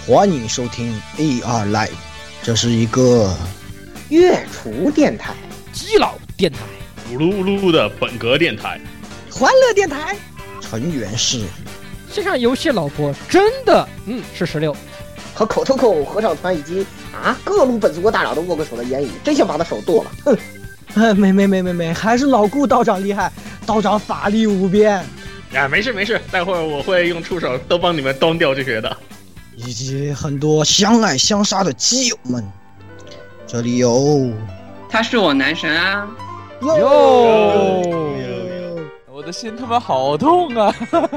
欢迎收听 AR Live， 这是一个月厨电台、 基佬电台、 咕噜噜的本格电台、 欢乐电台， 成员是线上游戏老婆真的是16 和口头口合唱团以及各路本族国大佬都握过手的言语，真想把他手剁了。哼， 没，还是老顾道长厉害，道长法力无边。 没事，待会儿我会用触手都帮你们端掉这些的。 以及很多相爱相杀的基友们，这里有他是我男神啊！ 哟， 我的心他妈好痛啊！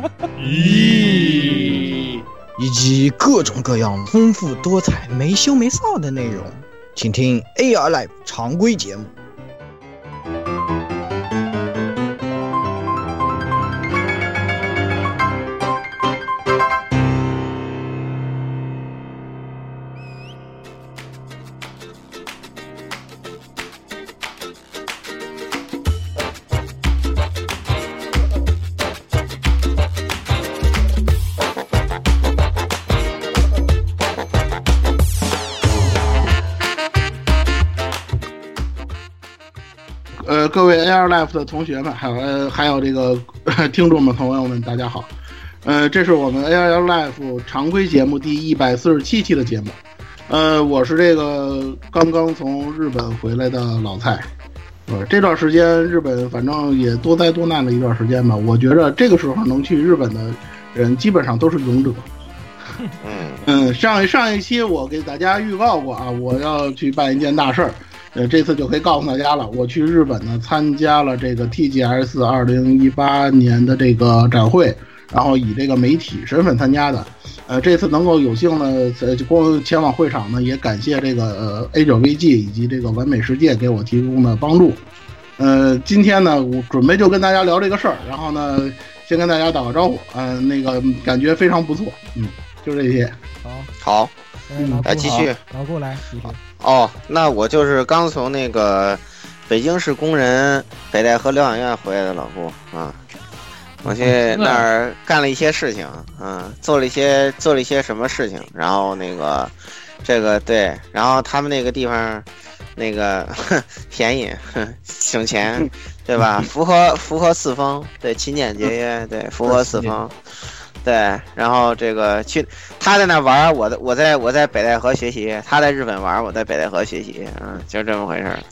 咦， 以及各种各样丰富多彩、没羞没臊的内容，请听 AR Live 常规节目。 各位 AR Life 的同学们，还有这个听众们、朋友们，大家好。这是我们 AR Life 常规节目第147期的节目。我是这个刚刚从日本回来的老蔡。这段时间日本反正也多灾多难的一段时间吧。我觉着这个时候能去日本的人基本上都是勇者。上一期我给大家预告过啊，我要去办一件大事儿。这次就可以告诉大家了，我去日本呢参加了这个 TGS 2018年的这个展会，然后以这个媒体身份参加的。这次能够有幸呢，光前往会场呢，也感谢这个A9VG 以及这个完美世界给我提供的帮助。今天呢，我准备就跟大家聊这个事儿，然后呢，先跟大家打个招呼。那个感觉非常不错。就这些。 好，来继续。 老顾来继续。 那我就是刚从那个北京市工人北戴河疗养院回来的老顾啊，我去那儿干了一些事情做了一些什么事情，然后那个这个对，然后他们那个地方那个便宜省钱对吧？符合四风，对，勤俭节约，对，符合四风。对，然后这个去他在那玩，我在北戴河学习，他在日本玩，我在北戴河学习，就这么回事。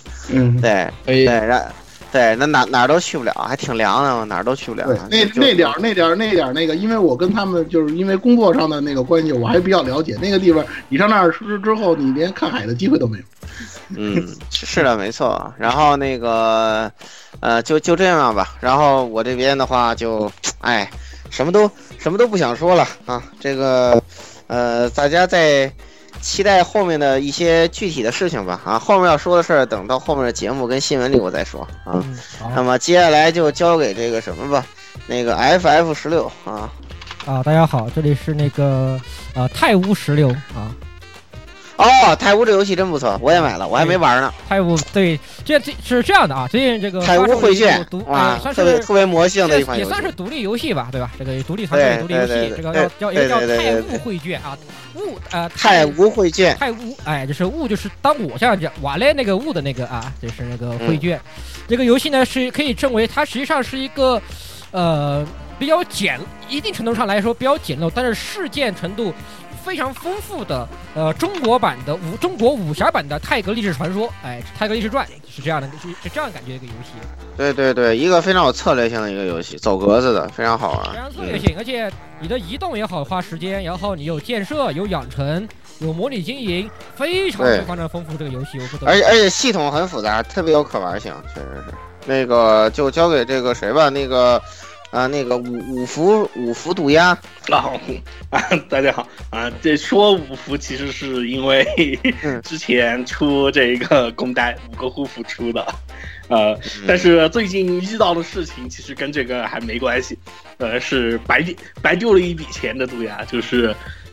对，那哪儿都去不了，还挺凉的，哪儿都去不了。 那点那个，因为我跟他们就是因为工作上的那个关系，我还比较了解那个地方。你上那儿之后，你连看海的机会都没有。 是的，没错。然后那个，就这样吧。然后我这边的话就，什么都不想说了啊！这个，大家在期待后面的一些具体的事情吧啊！后面要说的事儿，等到后面的节目跟新闻里我再说啊。那么接下来就交给这个什么吧，那个 FF16啊。 大家好，这里是那个泰晤16啊。 泰晤这游戏真不错，我也买了，我还没玩呢。 泰晤对，这是这样的啊，最近这个泰晤绘卷算是特别魔性的一款游戏， 也算是独立游戏吧，对吧？这个独立团队独立游戏，这个叫泰晤绘卷啊， 泰晤绘卷， 泰晤就是晤就是当我这样讲瓦勒那个晤的那个就是那个绘卷。这个游戏呢是可以称为它实际上是一个比较一定程度上来说比较简陋，但是事件程度非常丰富的中国武侠版的《泰格历史传说》，泰格历史传是这样的，是这样感觉一个游戏。 对，一个非常有策略性的一个游戏，走格子的，非常好玩， 非常策略性，而且你的移动也好花时间，然后你有建设、有养成、有模拟经营，非常丰富这个游戏， 而且系统很复杂，特别有可玩性，确实是。那个就交给这个谁吧，那个五福渡鸦大家好这说五福其实是因为之前出这个公单5个护符出的但是最近遇到的事情其实跟这个还没关系是白丢了一笔钱的渡鸦，就是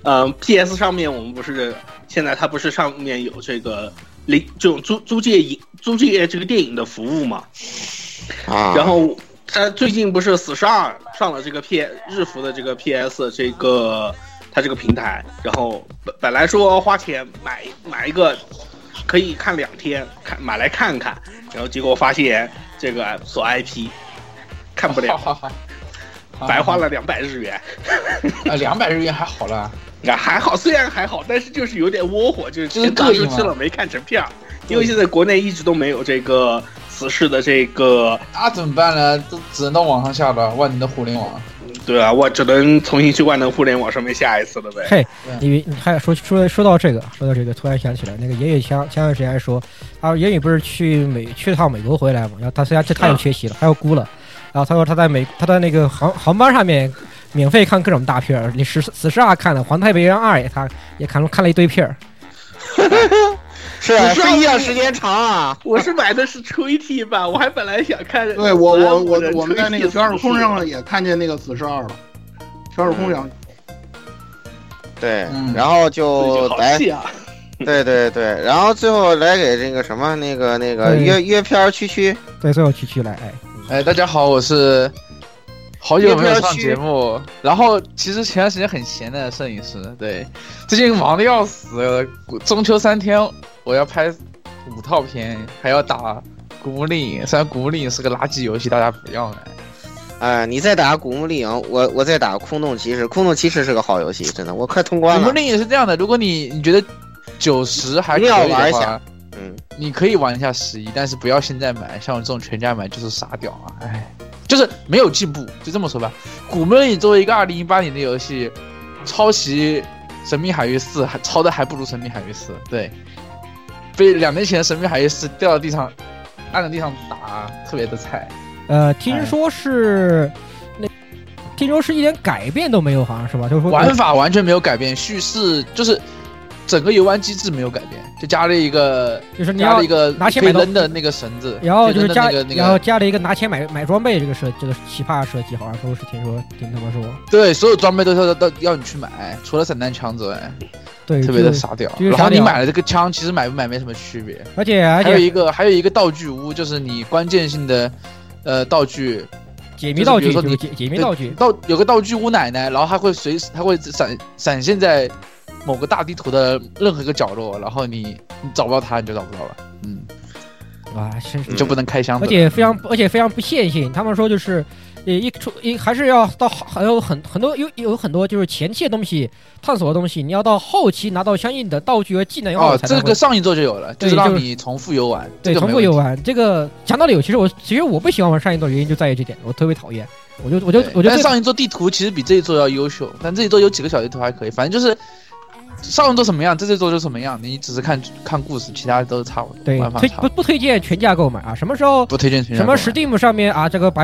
PS 上面我们不是现在它不是上面有这个这种租借这个电影的服务嘛然后他最近不是42上了这个日服的这个 PS 这个它这个平台，然后本来说花钱买一个可以看2天，买来看看，然后结果发现这个锁 IP 看不了，白花了200日元。 200日元还好啦。 还好，虽然还好，但是就是有点窝火，就是钱打出去了没看成片儿，因为现在国内一直都没有这个此事的这个。 那怎么办呢？都只能到网上下了，万能的互联网。 对啊，我只能重新去万能互联网上面下一次了呗。 嘿，你还说到这个，突然想起来，那个言语前段时间还说，言语不是去了趟美国回来嘛，然后他又缺席了，他又估了，然后他说他在那个航班上面免费看各种大片，你死侍2看了，环太平洋2也看了一堆片儿。 是啊，飞机时间长啊！ 我是买的是吹 T 版，我还本来想看。 对我们在那个全日空上也看见那个死侍2了，全日空上。 对，然后就来，对，然后最后来给这个什么那个约片区， 对，最后区来， 大家好，我是好久没有上节目，然后其实前段时间很闲的摄影师，对，最近忙得要死，中秋3天我要拍5套片，还要打古墓丽影，虽然古墓丽影是个垃圾游戏，大家不要来。 你在打古墓丽影，我在打空洞骑士，空洞骑士是个好游戏，真的，我快通关了。 古墓丽影是这样的，如果你觉得90还可以的话，你可以玩一下11，但是不要现在买，像我这种全价买就是傻屌啊，就是没有进步，就这么说吧。古墓丽影作为一个2018年的游戏，抄袭《神秘海域4》抄的还不如《神秘海域4》，对。被2年前的《神秘海域4》掉到地上，按在地上打，特别的菜。 听说是一点改变都没有，好像是吧？就是说玩法完全没有改变，叙事就是整个游玩机制没有改变，就加了一个， 就是你要拿钱买扔的那个绳子， 然后就是然后加了一个拿钱买装备这个奇葩设计，好像说是听他们说。 对，所有装备都要你去买，除了散弹枪之外。 对， 特别的傻屌。然后你买了这个枪，其实买不买没什么区别。 而且还有一个道具屋，就是你关键性的道具， 解谜道具，就是比如说你解谜道具， 有个道具屋奶奶，然后它会闪现在某个大地图的任何一个角落，然后你找不到它，你就找不到了。 哇， 你就不能开箱子。 而且非常不线性。他们说就是还是要到还有很多有很多就是前期的东西探索的东西，你要到后期拿到相应的道具和技能以后才这个上一座就有了，就是让你重复游玩。 对，重复游玩这个讲道理，其实我不喜欢玩上一座，原因就在于这点，我特别讨厌。我觉得上一座地图其实比这一座要优秀，但这一座有几个小地图还可以，反正就是。上一座什么样，这座就什么样，你只是看故事，其他都差不多。 对，不推荐全价购买啊！什么时候不推荐全价购买？ 什么 Steam 上面啊，这个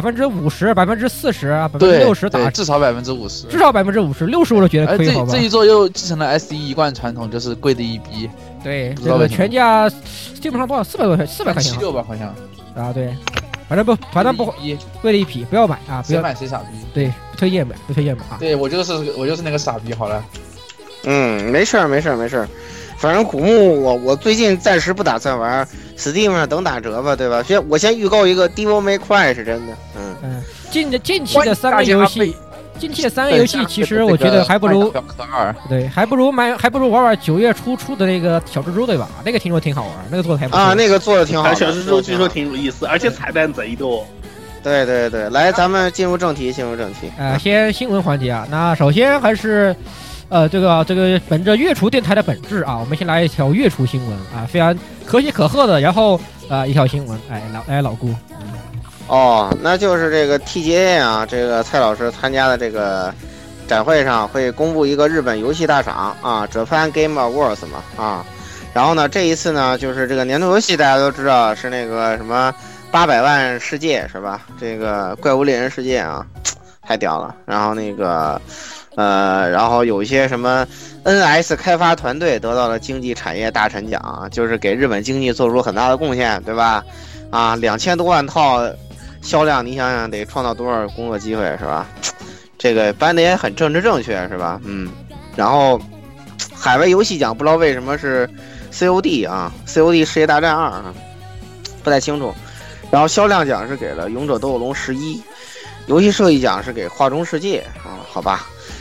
50%、40%啊，60%打， 至少50%， 至少50%，60%我都觉得可以，好吧？ 这一座又继承了 SE 一贯传统，就是贵的一逼。 对，这个全价 Steam 上多少？400块钱 ，76吧，好像。 啊，对，反正不贵的一批，不要买啊！ 谁买谁傻逼。 对，不推荐买啊！ 对我就是那个傻逼，好了。 没事儿，反正古墓我最近暂时不打算玩 ，Steam 上等打折吧，对吧？我先预告一个 Devil May Cry 是真的， 近期的3个游戏，其实我觉得还不如对，还不如玩9月初出的那个小蜘蛛，对吧？那个听说挺好玩，那个做的还不错啊，那个做的挺好， 小蜘蛛据说挺有意思，而且彩蛋贼多。 对，来，咱们进入正题。 先新闻环节啊，那首先还是。这个本着月厨电台的本质啊，我们先来一条月厨新闻啊，非常可喜可贺的。然后一条新闻，老顾， 那就是这个 TGA 啊，这个蔡老师参加的这个展会上会公布一个日本游戏大赏啊 ，Japan Game Awards 嘛啊。然后呢，这一次呢，就是这个年度游戏大家都知道是那个什么800万世界是吧？这个怪物猎人世界啊，太屌了。然后那个。然后有一些什么 NS 开发团队得到了经济产业大臣奖，就是给日本经济做出很大的贡献，对吧？2000多万套销量，你想想得创造多少工作机会，是吧？这个颁的也很政治正确，是吧？然后海外游戏奖不知道为什么是 COD 啊 ，COD 世界大战2啊，不太清楚。然后销量奖是给了勇者斗恶龙11，游戏设计奖是给画中世界啊，好吧。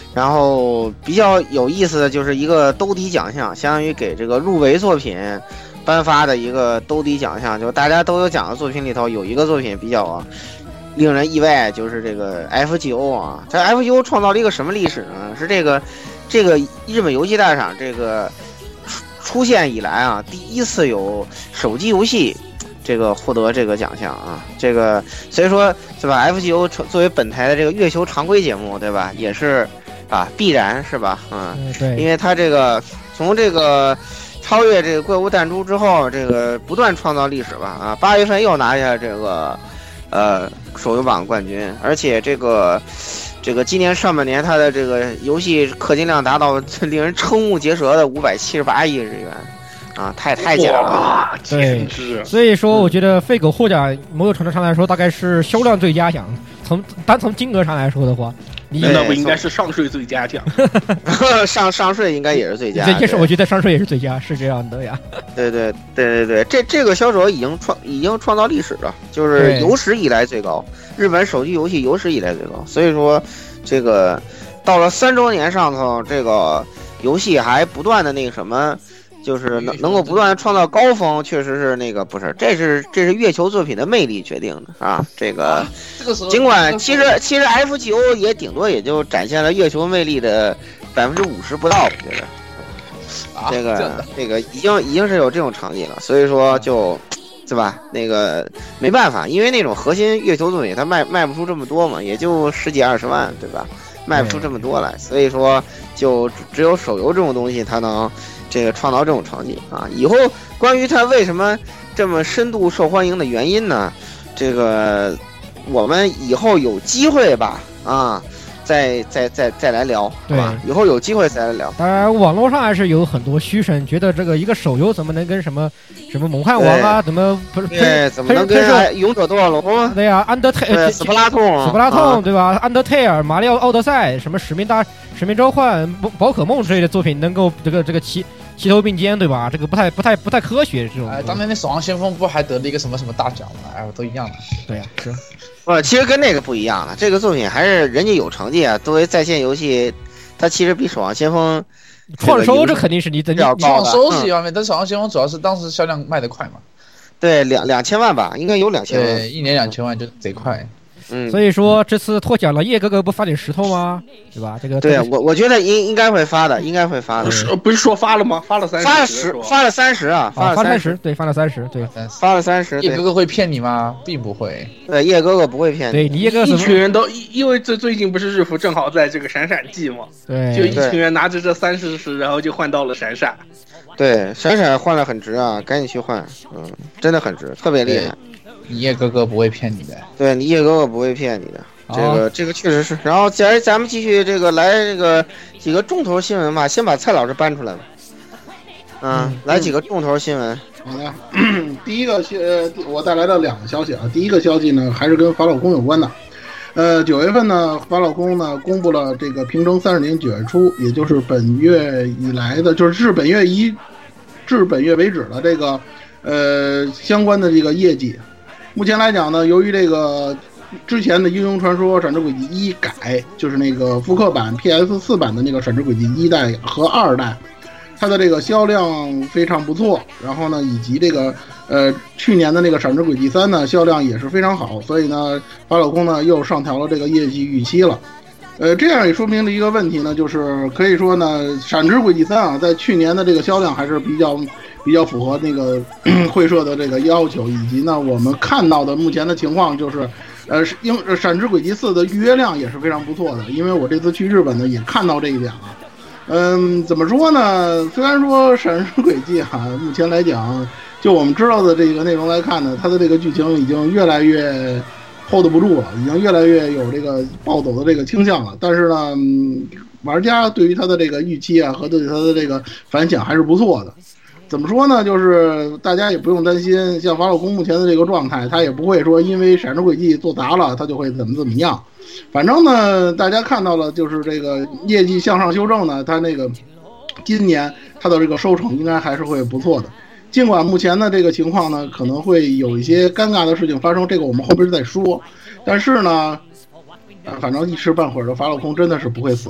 然后比较有意思的就是一个兜底奖项，相当于给这个入围作品颁发的一个兜底奖项，就大家都有奖的作品里头有一个作品比较令人意外，就是这个 FGO 啊。这 FGO 创造了一个什么历史呢？是这个日本游戏大赏这个出现以来啊，第一次有手机游戏这个获得这个奖项啊，这个所以说对吧 ？FGO 作为本台的这个月球常规节目，对吧？也是啊，必然是吧？ 对， 因为它这个从这个超越这个怪物弹珠之后，这个不断创造历史吧啊！8月份又拿下这个手游榜冠军，而且这个今年上半年它的这个游戏氪金量达到令人瞠目结舌的578亿日元。啊，太假了， 对，所以说我觉得废狗获奖某种程度上来说，大概是销量最佳奖。从金额上来说的话， 那不应该是上税最佳奖？ 上税应该也是最佳。 这是我觉得上税也是最佳，是这样的呀。 对，这个销售额已经创造历史了，就是有史以来最高，日本手机游戏有史以来最高。所以说，这个到了3周年上头，这个游戏还不断的那个什么。就是能够不断的创造高峰，确实是那个不是，这是月球作品的魅力决定的啊。这个尽管其实 FGO 也顶多也就展现了月球魅力的50%不到，我觉得这个已经是有这种成绩了，所以说就对吧？那个没办法，因为那种核心月球作品它卖不出这么多嘛，也就10几20万，对吧？卖不出这么多来，所以说就只有手游这种东西它能。这个创造这种成绩啊，以后关于它为什么这么深度受欢迎的原因呢？这个我们以后有机会吧啊，再来聊，对吧？以后有机会再来聊。 当然，网络上还是有很多嘘声，觉得这个一个手游怎么能跟什么猛汉王啊，怎么不是怎么能跟勇者斗恶龙？ 对呀斯普拉痛对吧？安德泰尔、马里奥奥德赛、什么使命召唤、宝可梦之类的作品能够这个齐头并肩，对吧？这个不太科学这种。 当年那守望先锋不还得了一个什么大奖吗？都一样的。 对呀，是。 其实跟那个不一样了，这个作品还是人家有成绩啊。作为在线游戏，它其实比守望先锋创收，这肯定是你创收是一方面，但守望先锋主要是当时销量卖得快嘛。 对，2000万吧，应该有2000万。 对，一年2000万就贼快。 所以说这次获奖了，叶哥哥不发点石头吗？对吧？这个对我觉得应该会发的， 不是说发了吗？发了30， 发了30啊， 发了30，对，发了30，对， 发了30。 叶哥哥会骗你吗？并不会。 对，叶哥哥不会骗你。 对，你叶哥一群人都因为最近不是日服正好在这个闪闪季嘛， 对， 就一群人拿着这30，然后就换到了闪闪。 对，闪闪换了很值啊，赶紧去换，真的很值，特别厉害。 你叶哥哥不会骗你的， 对你叶哥哥不会骗你的，这个确实是。然后咱们继续这个来这个几个重头新闻吧，先把蔡老师搬出来吧。来几个重头新闻。 好的，第一个我带来了2个消息啊。第一个消息呢，还是跟法老空有关的。9月份呢，法老空呢公布了这个平成30年9月初，也就是本月以来的，就是至本月为止的这个相关的这个业绩。目前来讲呢，由于这个之前的《英雄传说：闪之轨迹1》改，就是那个复刻版 PS4 版的那个《闪之轨迹1代》和2代，它的这个销量非常不错。然后呢，以及这个去年的那个《闪之轨迹3》呢，销量也是非常好。所以呢，法老空呢又上调了这个业绩预期了。这样也说明了一个问题呢，就是可以说呢，《闪之轨迹3》啊，在去年的这个销量还是比较符合那个会社的这个要求，以及呢，我们看到的目前的情况就是，闪之轨迹4的预约量也是非常不错的。因为我这次去日本呢，也看到这一点了。怎么说呢？虽然说闪之轨迹目前来讲，就我们知道的这个内容来看呢，它的这个剧情已经越来越hold不住了，已经越来越有这个暴走的这个倾向了。但是呢，玩家对于它的这个预期和对它的这个反响还是不错的。怎么说呢？就是大家也不用担心，像法老空目前的这个状态，他也不会说因为闪之轨迹做砸了，他就会怎么样。反正呢，大家看到了，就是这个业绩向上修正呢，他那个今年他的这个收成应该还是会不错的。尽管目前的这个情况呢，可能会有一些尴尬的事情发生，这个我们后边再说。但是呢，反正一时半会儿的法老空真的是不会死了。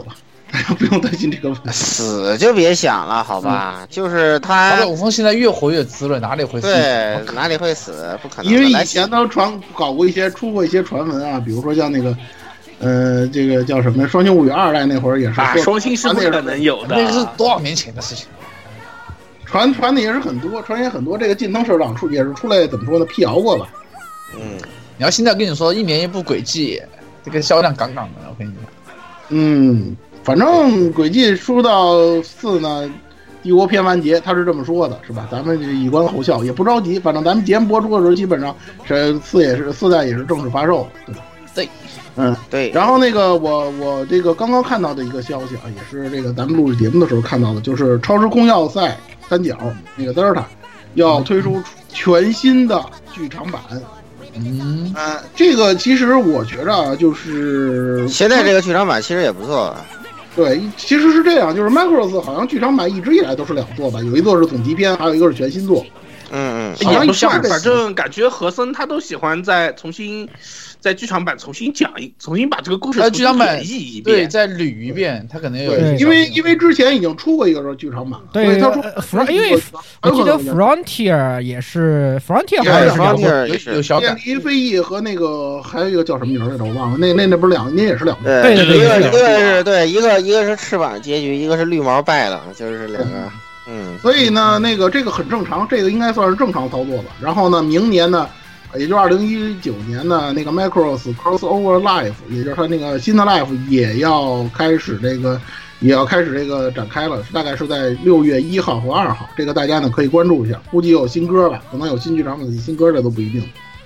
大家不用担心这个问题。 死就别想了，好吧？就是他老峰现在越活越滋润，哪里会死？ 对，哪里会死？不可能。 因为以前他出过一些传闻啊，比如说像那个。这个叫什么《双星物语》2代那会儿也是说， 双星是不可能有的， 那是多少年前的事情。 传的也是很多，传也很多。这个近藤社长也是出来怎么说呢？辟谣过吧。 你要现在跟你说1年1部轨迹，这个销量杠杠的，我跟你讲。 反正轨迹出到4呢，帝国篇完结，他是这么说的，是吧？咱们以观后效，也不着急。反正咱们节目播出的时候，基本上这4代也是正式发售，对吧？ 对。 对。 然后那个我这个刚刚看到的一个消息啊，也是这个咱们录制节目的时候看到的，就是《超时空要塞3角》那个 Delta 要推出全新的剧场版。这个其实我觉着啊，就是现在这个剧场版其实也不错。 对，其实是这样，就是 Macross 好像剧场版一直以来都是2座吧，有一座是总集篇，还有一个是全新作。 好像反正感觉和森他都喜欢在剧场版重新把这个故事剧场版演绎一遍， 对，再捋一遍，他可能有因为之前已经出过一个剧场版， 对， 他说因为我记得 Frontier 也是 Frontier 有小改， 电离飞翼和那个还有一个叫什么名来着，我忘了，那不是2，那也是2个， 对， 一个是翅膀结局，一个是绿毛败了，就是2个。 所以呢，这个很正常，这个应该算是正常操作吧。然后呢，明年呢，也就2019年呢，那个 Macross Crossover Life， 也就是它那个新的 Life 也要开始这个展开了，大概是在6月1号和2号，这个大家呢可以关注一下，估计有新歌吧，可能有新剧场版、新歌，这都不一定。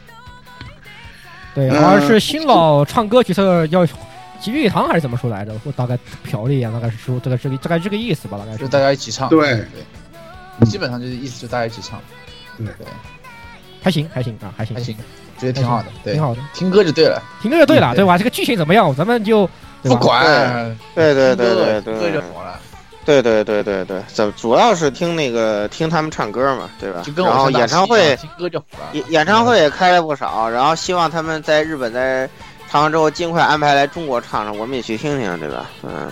对，好像是新老唱歌角色要集聚一堂还是怎么说来着？我大概瞟了一眼，大概是说大概这个意思吧，大概是就大家一起唱。 对， 基本上就是意思就大家一起唱。 对， 还行啊，还行， 觉得挺好的，对， 挺好的， 听歌就对了， 对吧？这个剧情怎么样，咱们就不管。 对， 歌就火了。 对，主要是听他们唱歌嘛，对吧？然后演唱会听歌就火了， 演唱会也开了不少，然后希望他们在日本唱完之后尽快安排来中国唱唱，我们也去听听，对吧？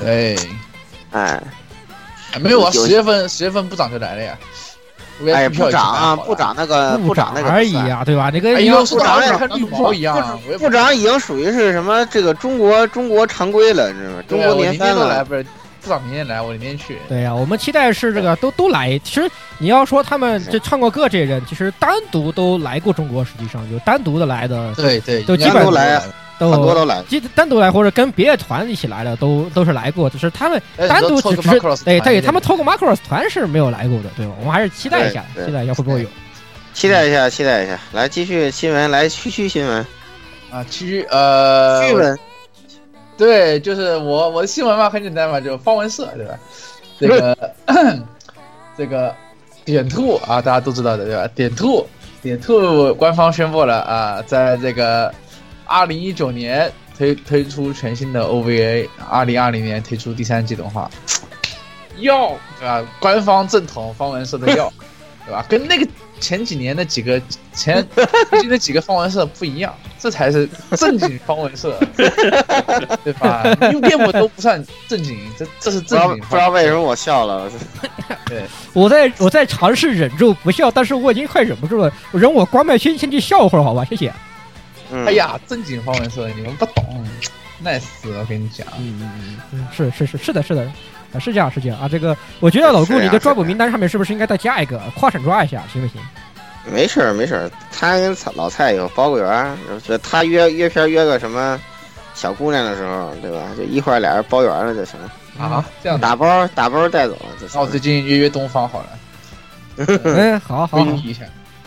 没有啊，10月份部长就来了呀。 部长那个而已啊，对吧？那个部长跟绿毛一样， 部长已经属于是什么这个中国常规了，知道吗？中国年番了。 不是部长明天来，我明天去。 对呀，我们期待是这个都来。其实你要说他们这唱过歌这些人，其实单独都来过中国，实际上就单独的来的， 对， 都基本都来。很多都来， 单独来或者跟别的团一起来的都是来过，只是他们单独只是对，他们透过 Macross 团是没有来过的，对吧？我们还是期待一下会不会有？ 期待一下。来继续新闻，来区新闻啊， 新闻。 对，就是我的新闻嘛，很简单嘛，就方文社，对吧？这个点兔啊，大家都知道的，对吧？点兔官方宣布了啊，在这个2019年推出全新的 OVA，2020年推出第3季动画，要对吧？官方正统方文社的要，对吧？跟那个前几年的几个那几个方文社不一样，这才是正经方文社，对吧？用电幕都不算正经，这是正经。 不知道为什么我笑了， 对， 我在尝试忍住不笑，但是我已经快忍不住了，我关麦先去笑会儿，好吧？谢谢。 哎呀，正经方文社你们不懂，nice，我跟你讲， 是的，是这样啊。这个我觉得老顾你的抓捕名单上面是不是应该再加一个跨省抓一下，行不行？ 没事，他跟老蔡有包个圆，他约片约个什么小姑娘的时候，对吧？就一块俩人包圆了就行了啊。这样打包带走就行。 我最近约东方好了。好， 规避一下。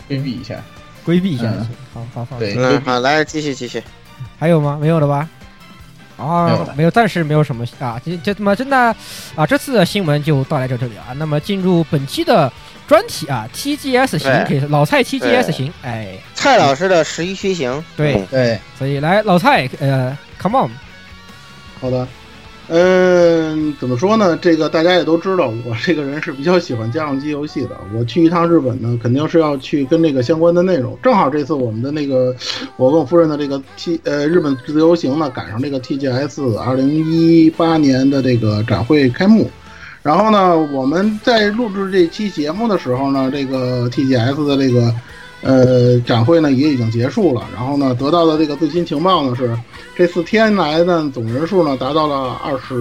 好， 对， 好，来继续。 还有吗？没有了吧？没有，暂时没有什么啊。这么真的啊，这次的新闻就到来这里啊。那么进入本期的专题啊 ，TGS 行，可以老蔡 TGS 行，哎， 蔡老师的11区行， 对，所以来老蔡，come on， 好的， 怎么说呢？这个大家也都知道，我这个人是比较喜欢家用机游戏的。我去一趟日本呢，肯定是要去跟这个相关的内容。正好这次我们的那个，我跟我夫人的这个日本自由行呢，赶上这个 TGS 2018年的这个展会开幕。然后呢，我们在录制这期节目的时候呢，这个 TGS 的这个展会呢也已经结束了。然后呢，得到的这个最新情报呢是，这4天来的总人数呢达到了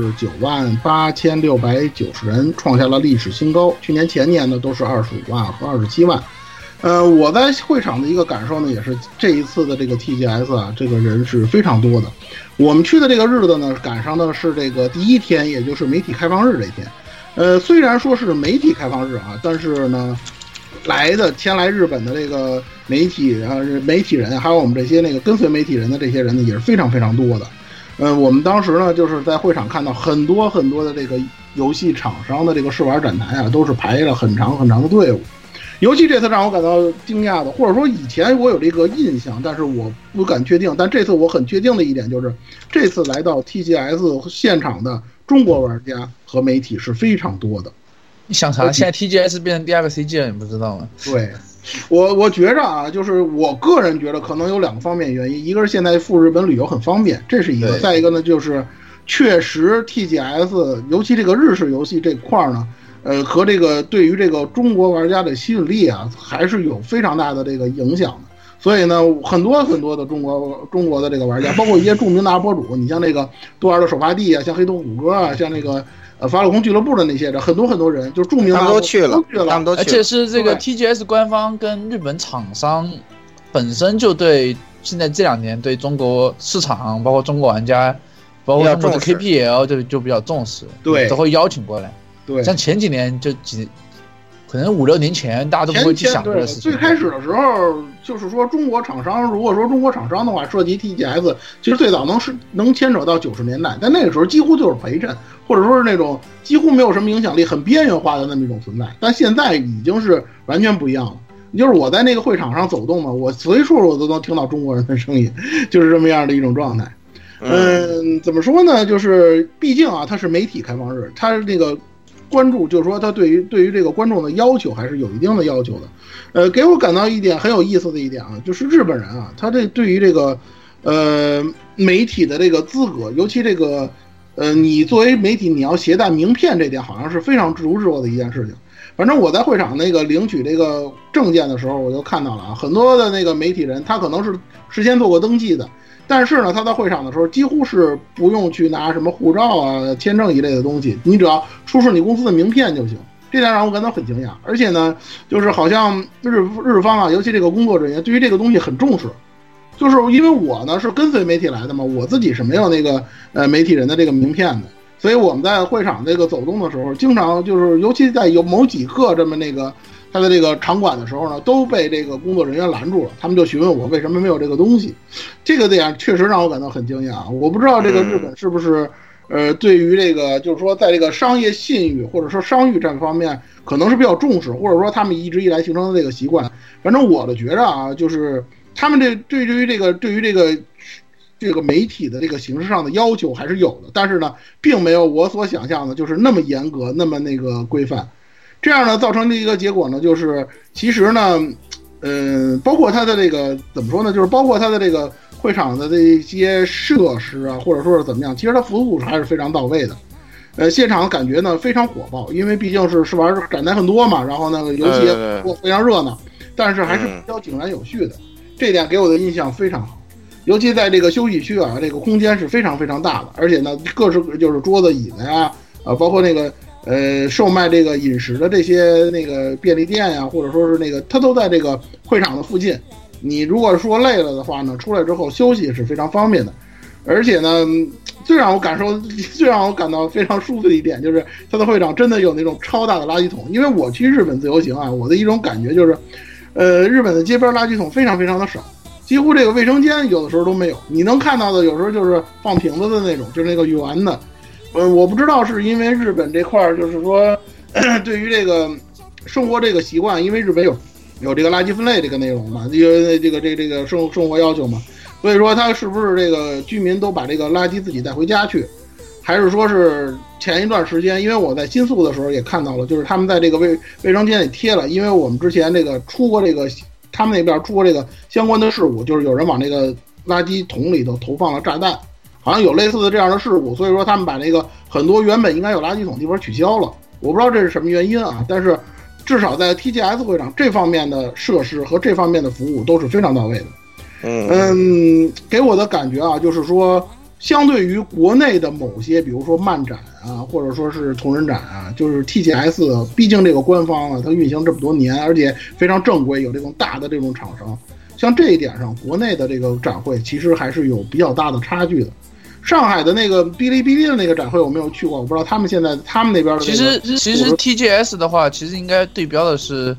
298690人，创下了历史新高。去年前年呢都是25万和27万。我在会场的一个感受呢，也是这一次的这个 TGS 啊，这个人是非常多的。我们去的这个日子呢，赶上的是这个第一天，也就是媒体开放日这天。虽然说是媒体开放日啊，但是呢，前来日本的这个媒体人，还有我们这些那个跟随媒体人的这些人呢，也是非常非常多的。我们当时呢，就是在会场看到很多很多的这个游戏厂商的这个试玩展台啊，都是排了很长很长的队伍。尤其这次让我感到惊讶的，或者说以前我有这个印象，但是我不敢确定。但这次我很确定的一点就是，这次来到 TGS 现场的中国玩家和媒体是非常多的。 你想啥？现在 TGS 变成第2个 CG 了，你不知道吗？ 对，我觉着啊，就是我个人觉得可能有2个方面原因，一个是现在赴日本旅游很方便，这是一个；再一个呢，就是确实 TGS 尤其这个日式游戏这块呢。和这个对于这个中国玩家的吸引力啊，还是有非常大的这个影响的。所以呢，很多很多的中国的这个玩家，包括一些著名的博主，你像那个多尔的首发地啊，像黑洞谷歌啊，像那个法老空俱乐部的那些人，很多很多人就是著名的， 他们都去了， 而且是这个 TGS 官方跟日本厂商本身就对现在这2年对中国市场，包括中国玩家，包括中国的 KPL 就比较重视， 对， 都会邀请过来。 对， 像前几年可能5-6年前，大家都不会去想这个事情。 最开始的时候，就是说中国厂商，如果说中国厂商的话，涉及 TGS， 其实最早能牵扯到90年代，但那个时候几乎就是陪衬，或者说是那种几乎没有什么影响力、很边缘化的那么一种存在。但现在已经是完全不一样了。就是我在那个会场上走动嘛，我随处我都能听到中国人的声音，就是这么样的一种状态。怎么说呢？就是毕竟啊，它是媒体开放日，它那个。关注就是说，他对于这个观众的要求还是有一定的要求的。给我感到一点很有意思的一点啊，就是日本人啊，他对于这个媒体的这个资格，尤其这个你作为媒体你要携带名片这点，好像是非常至关重要的一件事情。反正我在会场那个领取这个证件的时候，我就看到了啊，很多的那个媒体人，他可能是事先做过登记的。但是呢，他在会场的时候几乎是不用去拿什么护照啊、签证一类的东西，你只要出示你公司的名片就行。这点让我感到很惊讶。而且呢，就是好像日方啊，尤其这个工作人员对于这个东西很重视。就是因为我呢是跟随媒体来的嘛，我自己是没有那个媒体人的这个名片的，所以我们在会场这个走动的时候，经常就是尤其在有某几刻这么那个他的这个场馆的时候呢，都被这个工作人员拦住了，他们就询问我为什么没有这个东西。这个点确实让我感到很惊讶。我不知道这个日本是不是对于这个就是说在这个商业信誉或者说商誉这方面可能是比较重视，或者说他们一直以来形成的这个习惯。反正我的觉着啊，就是他们对于这个媒体的这个形式上的要求还是有的，但是呢，并没有我所想象的就是那么严格，那么那个规范。这样呢，造成的一个结果呢，就是其实呢，包括它的这个怎么说呢，就是包括它的这个会场的这些设施啊，或者说是怎么样，其实它服务还是非常到位的。现场感觉呢非常火爆，因为毕竟是玩展台很多嘛，然后那个游戏也非常热闹，但是还是比较井然有序的，这点给我的印象非常好。尤其在这个休息区啊，这个空间是非常非常大的，而且呢，各式就是桌子、椅子呀，包括那个售卖这个饮食的这些那个便利店呀，或者说是那个，它都在这个会场的附近。你如果说累了的话呢，出来之后休息是非常方便的。而且呢，最让我感到非常舒服的一点就是，它的会场真的有那种超大的垃圾桶。因为我去日本自由行啊，我的一种感觉就是，日本的街边垃圾桶非常非常的少。几乎这个卫生间有的时候都没有，你能看到的有时候就是放瓶子的那种，就是那个圆的。我不知道是因为日本这块儿就是说，对于这个生活这个习惯，因为日本有这个垃圾分类这个内容嘛，因为这个生活要求嘛，所以说他是不是这个居民都把这个垃圾自己带回家去， 还是说是前一段时间，因为我在新宿的时候也看到了，就是他们在这个卫生间里贴了，因为我们之前这个出过这个，他们那边出过这个相关的事故，就是有人往这个垃圾桶里头投放了炸弹，好像有类似的这样的事故，所以说他们把那个很多原本应该有垃圾桶地方取消了，我不知道这是什么原因啊，但是至少在 TGS 会上这方面的设施和这方面的服务都是非常到位的。给我的感觉啊，就是说相对于国内的某些，比如说漫展啊，或者说是同人展啊，就是 TGS， 毕竟这个官方啊，它运行这么多年，而且非常正规，有这种大的这种厂商，像这一点上，国内的这个展会其实还是有比较大的差距的。上海的那个哔哩哔哩的那个展会我没有去过，我不知道他们现在他们那边的、 其实 TGS 的话，其实应该对标的是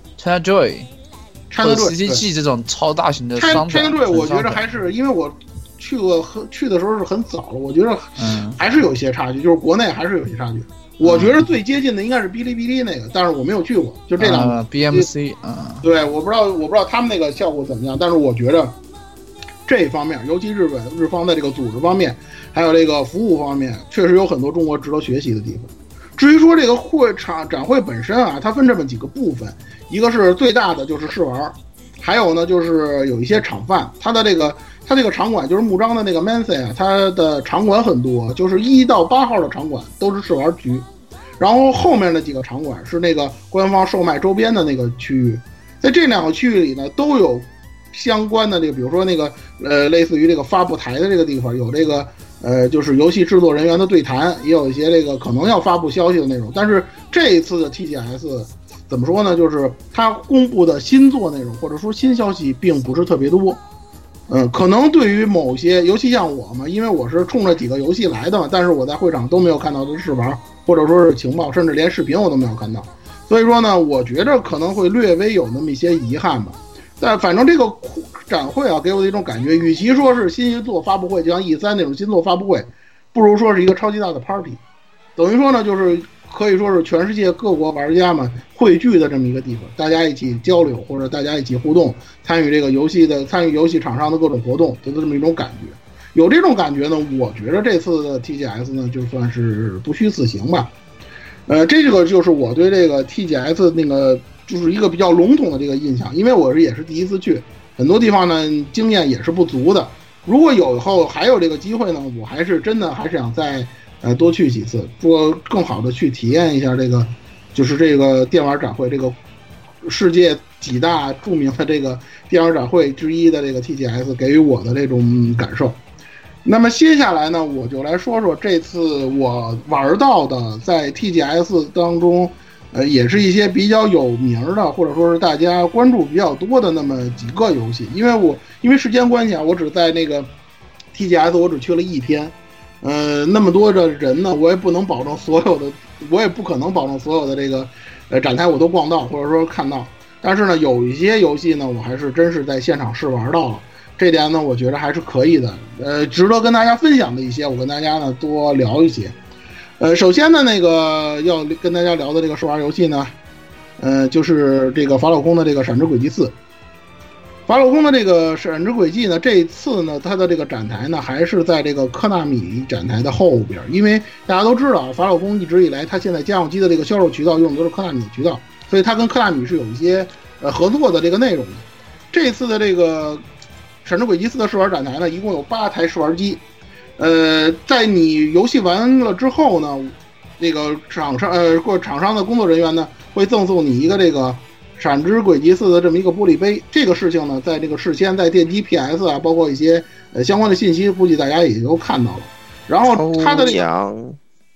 ChinaJoy、CCG 这种超大型的商展。 ChinaJoy 我觉得还是因为我去的时候是很早了，我觉得还是有一些差距，就是国内还是有些差距。我觉得最接近的应该是哔哩哔哩那个，但是我没有去过，就这两个、 BMC 对，我不知道他们那个效果怎么样，但是我觉得这方面，尤其日方的这个组织方面，还有这个服务方面，确实有很多中国值得学习的地方。至于说这个展会本身啊，它分这么几个部分，一个是最大的就是试玩，还有呢就是有一些场贩，它这个场馆就是木章的那个 Mancy 啊，它的场馆很多，就是1到8号的场馆都是试玩局，然后后面的几个场馆是那个官方售卖周边的那个区域，在这两个区域里呢都有相关的这个，比如说那个类似于这个发布台的这个地方有这个就是游戏制作人员的对谈，也有一些这个可能要发布消息的内容。但是这一次的 TGS 怎么说呢？就是它公布的新作内容或者说新消息并不是特别多。可能对于某些，尤其像我嘛，因为我是冲着几个游戏来的嘛，但是我在会场都没有看到的试玩或者说是情报，甚至连视频我都没有看到。所以说呢，我觉着可能会略微有那么一些遗憾吧。但反正这个展会啊，给我的一种感觉，与其说是新作发布会，就像 E3 那种新作发布会，不如说是一个超级大的 party。等于说呢，就是可以说是全世界各国玩家们汇聚的这么一个地方，大家一起交流或者大家一起互动，参与游戏厂商的各种活动，就这么一种感觉。有这种感觉呢，我觉得这次的 TGS 呢，就算是不虚此行吧。这个就是我对这个 TGS 那个就是一个比较笼统的这个印象，因为我也是第一次去，很多地方呢经验也是不足的。如果以后还有这个机会呢，我还是想再多去几次，说更好的去体验一下这个，就是这个电玩展会，这个世界几大著名的这个电玩展会之一的这个 TGS 给予我的这种感受。那么接下来呢，我就来说说这次我玩到的在 TGS 当中，也是一些比较有名的，或者说是大家关注比较多的那么几个游戏。因为时间关系啊，我只在那个 TGS 我只去了1天，那么多的人呢，我也不可能保证所有的这个展台我都逛到或者说看到。但是呢，有一些游戏呢，我还是真是在现场试玩到了。这点呢，我觉得还是可以的，值得跟大家分享的一些，我跟大家呢多聊一些。首先呢，那个要跟大家聊的这个试玩游戏呢，就是这个法老空的这个《闪之轨迹4》。法老空的这个《闪之轨迹》呢，这一次呢，它的这个展台呢，还是在这个科纳米展台的后边，因为大家都知道，法老空一直以来，它现在家用机的这个销售渠道用的都是科纳米渠道，所以它跟科纳米是有一些合作的这个内容的。这次的这个闪之轨迹4的试玩展台呢，一共有8台试玩机。在你游戏完了之后呢，那个厂商的工作人员呢，会赠送你一个这个闪之轨迹4的这么一个玻璃杯。这个事情呢，在这个事先在电击 PS 啊，包括一些相关的信息，估计大家也都看到了。然后它的这个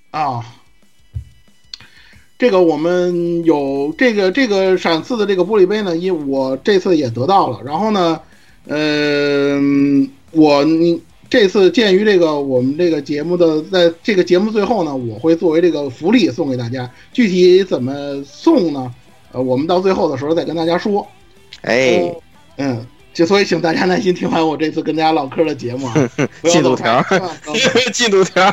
这个我们有这个闪4的这个玻璃杯呢，因为我这次也得到了。然后呢，这次鉴于这个我们这个节目的，在这个节目最后呢，我会作为这个福利送给大家。具体怎么送呢？我们到最后的时候再跟大家说。所以请大家耐心听完我这次跟大家唠嗑的节目啊。 进度条，进度条。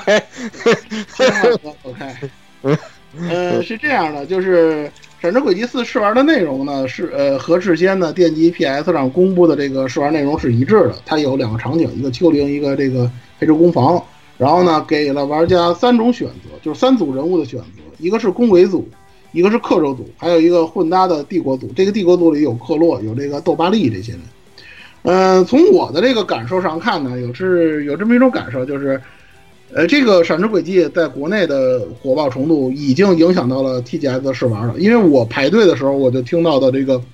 OK。是这样的，就是《闪之轨迹4》试玩的内容呢，是和事先呢电击 PS 上公布的这个试玩内容是一致的。它有2个场景，一个丘陵，一个这个黑之攻防。 然后呢给了玩家3种选择，就是3组人物的选择，一个是公鬼组，一个是克州组，还有一个混搭的帝国组。这个帝国组里有克洛，有这个窦巴利这些人。从我的这个感受上看呢，有这么一种感受，就是这个闪之轨迹在国内的火爆程度已经影响到了 TGS 的试玩了。因为我排队的时候，我就听到的这个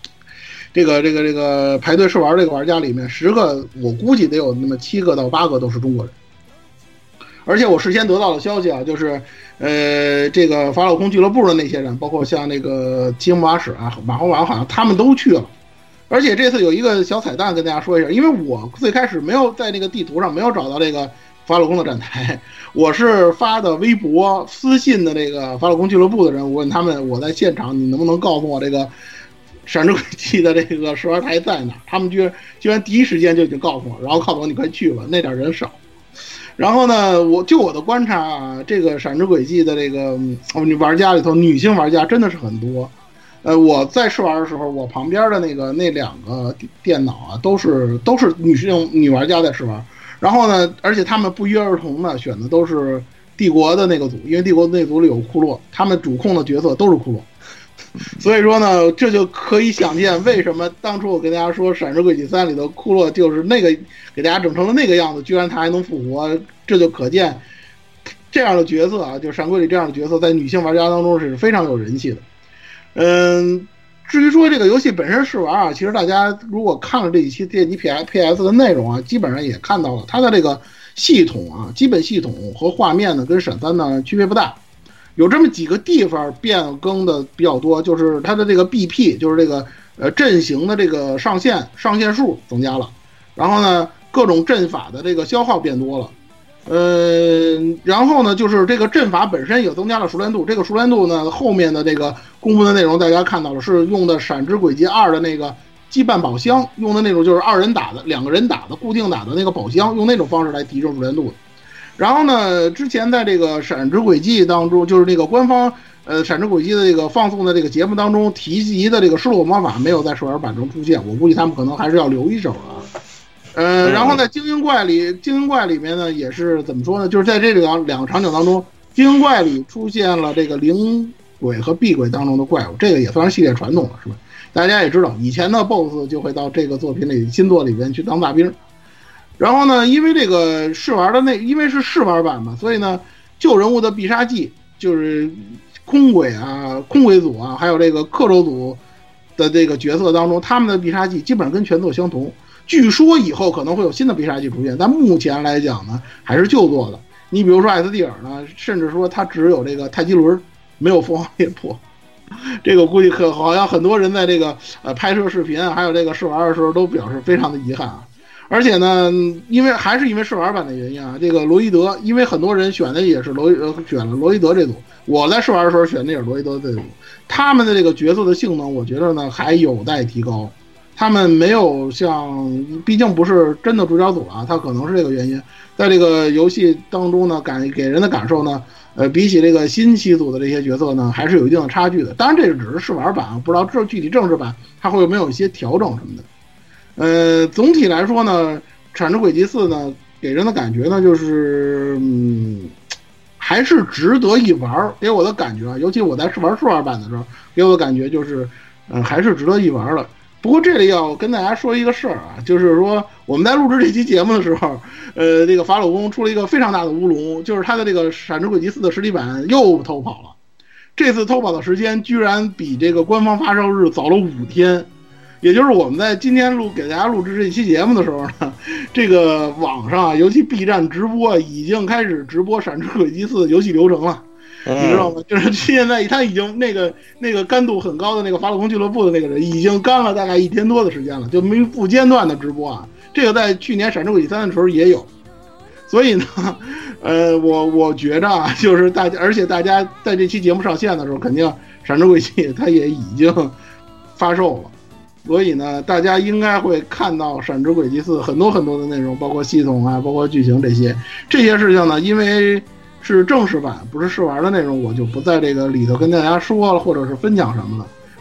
排队试玩这个玩家里面，10个我估计得有那么7个到8个都是中国人。而且我事先得到的消息啊，就是这个法老空俱乐部的那些人，包括像那个吉姆瓦史啊、马洪瓦，好像他们都去了。而且这次有一个小彩蛋跟大家说一下，因为我最开始没有在那个地图上没有找到这个法老空的展台，我是发的微博私信的这个法老空俱乐部的人，我问他们我在现场，你能不能告诉我这个闪之轨迹的这个试玩台在哪？他们居然第一时间就已经告诉我，然后告诉我你快去吧，那点人少。然后呢，我的观察啊，这个闪之轨迹的这个玩家里头，女性玩家真的是很多。我在试玩的时候，我旁边的那2个电脑啊，都是女玩家在试玩。然后呢，而且他们不约而同的选的都是帝国的那个组，因为帝国那组里有库洛，他们主控的角色都是库洛。所以说呢，这就可以想见为什么当初我跟大家说《闪之轨迹3》里的库洛就是那个给大家整成了那个样子，居然他还能复活，这就可见这样的角色啊，就闪鬼里这样的角色在女性玩家当中是非常有人气的。至于说这个游戏本身试玩啊，其实大家如果看了这一期电击 PS 的内容啊，基本上也看到了它的这个系统啊，基本系统和画面呢跟闪3呢区别不大。有这么几个地方变更的比较多，就是它的这个 BP， 就是这个阵型的这个上限数增加了，然后呢各种阵法的这个消耗变多了，然后呢就是这个阵法本身也增加了熟练度。这个熟练度呢后面的这个公布的内容大家看到了，是用的闪之轨迹2的那个羁绊宝箱，用的那种就是2人打的、2个人打的固定打的那个宝箱，用那种方式来提升熟练度的。然后呢，之前在这个闪之轨迹当中，就是这个官方闪之轨迹的这个放送的这个节目当中提及的这个失落魔法没有在试玩版中出现，我估计他们可能还是要留一手啊。然后在精英怪里面呢，也是怎么说呢？就是在这2个场景当中，精英怪里出现了这个灵鬼和壁鬼当中的怪物，这个也算是系列传统了，是吧？大家也知道，以前的 BOSS 就会到这个作品里新作里边去当大兵。然后呢，因为这个试玩的因为是试玩版嘛，所以呢，旧人物的必杀技就是空鬼组啊，还有这个克州组的这个角色当中，他们的必杀技基本上跟全作相同。据说以后可能会有新的必杀技出现，但目前来讲呢，还是旧作的。你比如说艾斯蒂尔呢，甚至说他只有这个太极轮，没有凤凰裂破。这个估计好像很多人在这个拍摄视频还有这个试玩的时候都表示非常的遗憾啊。而且呢，因为试玩版的原因啊，这个罗伊德，因为很多人选的也是选了罗伊德这组，我在试玩的时候选的也是罗伊德这组，他们的这个角色的性能，我觉得呢还有待提高，他们没有像，毕竟不是真的主角组啊，他可能是这个原因，在这个游戏当中呢，给人的感受呢，比起这个新七组的这些角色呢，还是有一定的差距的。当然，这只是试玩版啊，不知道这具体正式版它会有没有一些调整什么的。总体来说呢，闪之轨迹4呢，给人的感觉呢，就是还是值得一玩。给我的感觉啊，尤其我在试玩版的时候，给我的感觉就是，还是值得一玩的。不过这里要跟大家说一个事儿啊，就是说我们在录制这期节目的时候，这个法老宫出了一个非常大的乌龙，就是他的这个闪之轨迹4的实体版又偷跑了。这次偷跑的时间居然比这个官方发售日早了5天。也就是我们在今天给大家录制这期节目的时候呢，这个网上尤其 B 站直播已经开始直播闪之轨迹4的游戏流程了，你知道吗？就是现在他已经那个干度很高的那个法老宫俱乐部的那个人已经干了大概1天多的时间了，就没不间断的直播啊。这个在去年闪之轨迹3的时候也有，所以呢，我觉着啊，就是而且大家在这期节目上线的时候，肯定闪之轨迹它也已经发售了。所以呢，大家应该会看到《闪之轨迹4》很多的内容，包括系统啊，包括剧情这些事情呢，因为是正式版，不是试玩的内容，我就不在这个里头跟大家说了，或者是分享什么了。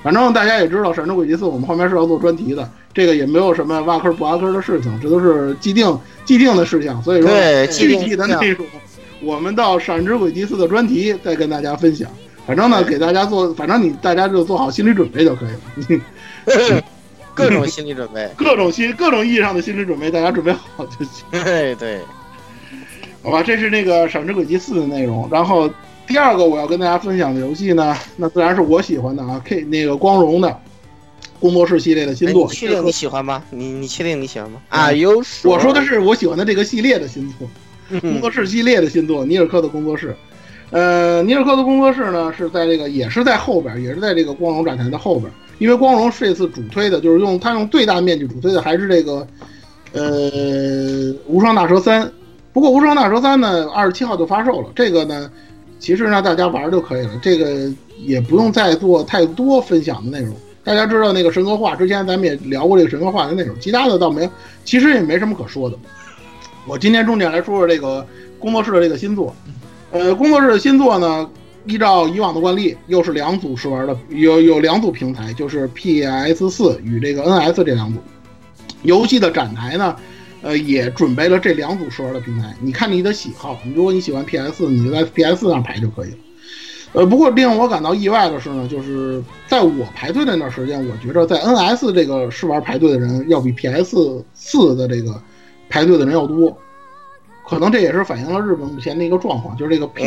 反正大家也知道，《闪之轨迹4》我们后面是要做专题的，这个也没有什么挖坑不挖坑的事情，这都是既定的事项。所以说，具体的内容我们到《闪之轨迹4》的专题再跟大家分享。反正呢，给大家做，反正大家就做好心理准备就可以了。各种心理准备， 各种意义上的心理准备，大家准备好就行。 对， 好吧，这是那个《闪之轨迹4》的内容。然后第二个我要跟大家分享的游戏呢，那自然是我喜欢的啊，那个光荣的工作室系列的新作。 你确定你喜欢吗？你确定你喜欢吗？ 我说的是我喜欢的这个系列的新作，工作室系列的新作，尼尔克的工作室。尼尔克的工作室呢是在这个也是在后边，也是在这个光荣展台的后边。因为光荣这次主推的就是用最大面积主推的还是这个无双大蛇3。不过无双大蛇3呢27号就发售了，这个呢其实呢大家玩就可以了，这个也不用再做太多分享的内容。大家知道那个神格化，之前咱们也聊过这个神格化的内容，其他的倒没有，其实也没什么可说的。我今天重点来说说这个工作室的这个新作。工作室的新作呢，依照以往的惯例，又是两组试玩的，有两组平台，就是 PS4 与这个 NS 这两组。游戏的展台呢，也准备了这两组试玩的平台。你看你的喜好，如果你喜欢 PS4， 你就在 PS4 上排就可以了。不过令我感到意外的是呢，就是在我排队的那段时间，我觉得在 NS 这个试玩排队的人要比 PS4 的这个排队的人要多。可能这也是反映了日本目前的一个状况，就是这个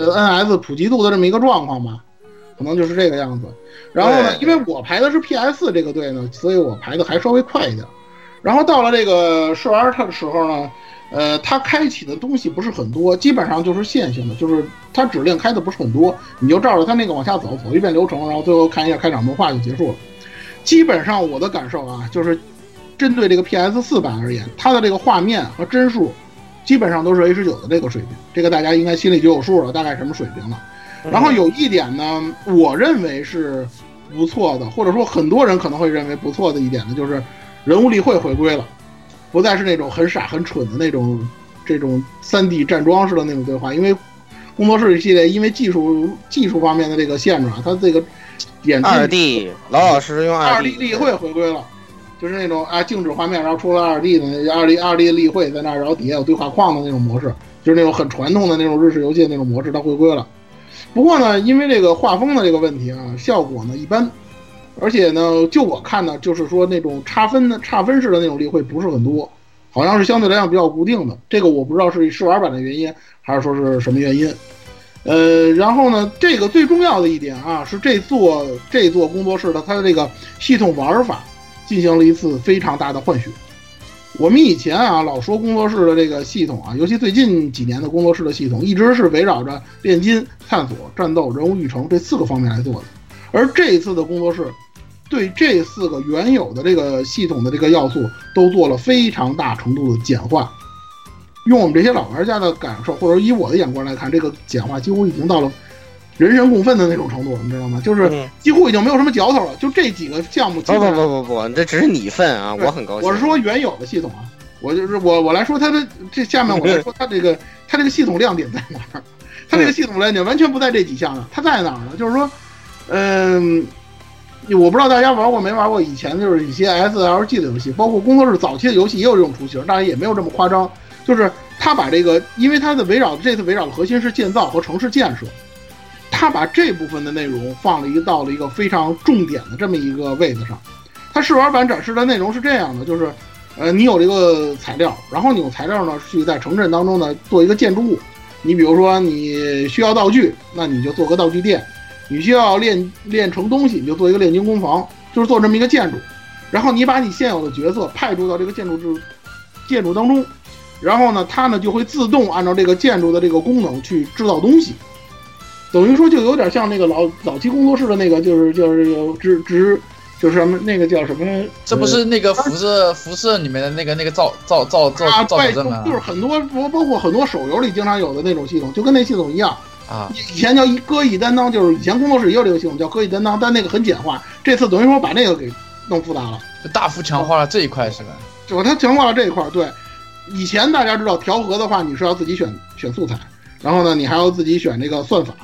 NS 普及度的这么一个状况吧，可能就是这个样子。然后呢，因为我排的是 PS4 这个队呢，所以我排的还稍微快一点。然后到了这个试玩它的时候呢，它开启的东西不是很多，基本上就是线性的，就是它指令开的不是很多，你就照着它那个往下走一遍流程，然后最后看一下开场动画就结束了。基本上我的感受啊，就是针对这个 PS4 版而言，它的这个画面和帧数基本上都是 H9 的这个水平，这个大家应该心里就有数了，大概什么水平了。然后有一点呢，我认为是不错的，或者说很多人可能会认为不错的一点呢，就是人物例会回归了，不再是那种很傻很蠢的那种这种 3D 站桩式的那种对话。因为工作室系列因为技术方面的这个限制啊，它这个演技 2D 老实用 2D 例会回归了。就是那种静止画面，然后出了2D 的2D 的例会在那儿，然后底下有对话框的那种模式，就是那种很传统的那种日式游戏的那种模式，它回归了。不过呢，因为这个画风的这个问题啊，效果呢一般，而且呢，就我看呢，就是说那种差分式的那种例会不是很多，好像是相对来讲比较固定的。这个我不知道是试玩版的原因，还是说是什么原因。然后呢，这个最重要的一点啊，是这座工作室的它的这个系统玩法进行了一次非常大的换血。我们以前啊老说工作室的这个系统啊，尤其最近几年的工作室的系统，一直是围绕着炼金、探索、战斗、人物育成这4个方面来做的。而这一次的工作室对这4个原有的这个系统的这个要素都做了非常大程度的简化。用我们这些老玩家的感受，或者以我的眼光来看，这个简化几乎已经到了人神共愤的那种程度，你知道吗？就是几乎已经没有什么嚼头了。就这几个项目， 不，这只是你愤啊，我很高兴。 我是说原有的系统啊，我来说它的这下面我来说它这个系统亮点在哪儿？它这个系统亮点完全不在这几项上，它在哪儿呢？就是说，我不知道大家玩过没玩过以前就是一些 SLG 的游戏，包括工作室早期的游戏也有这种雏形，当然也没有这么夸张。就是他把这个，因为它的这次围绕的核心是建造和城市建设。他把这部分的内容到了一个非常重点的这么一个位子上。他试玩版展示的内容是这样的，就是你有这个材料，然后你用材料呢去在城镇当中呢做一个建筑物。你比如说你需要道具，那你就做个道具店；你需要炼成东西，你就做一个炼金工房，就是做这么一个建筑。然后你把你现有的角色派驻到这个建筑当中，然后呢它呢就会自动按照这个建筑的这个功能去制造东西。等于说就有点像那个早期工作室的那个，就是就是什么那个叫什么？ 这不是那个辐射里面的那个造证吗？ 就是很多包括很多手游里经常有的那种系统，就跟那系统一样啊。 以前叫歌以担当，就是以前工作室也有这个系统叫歌以担当，但那个很简化。这次等于说把那个给弄复杂了， 就大幅强化了这一块是吧？ 就它强化了这一块。对，以前大家知道调和的话，你是要自己选素材。然后呢，你还要自己选这个算法，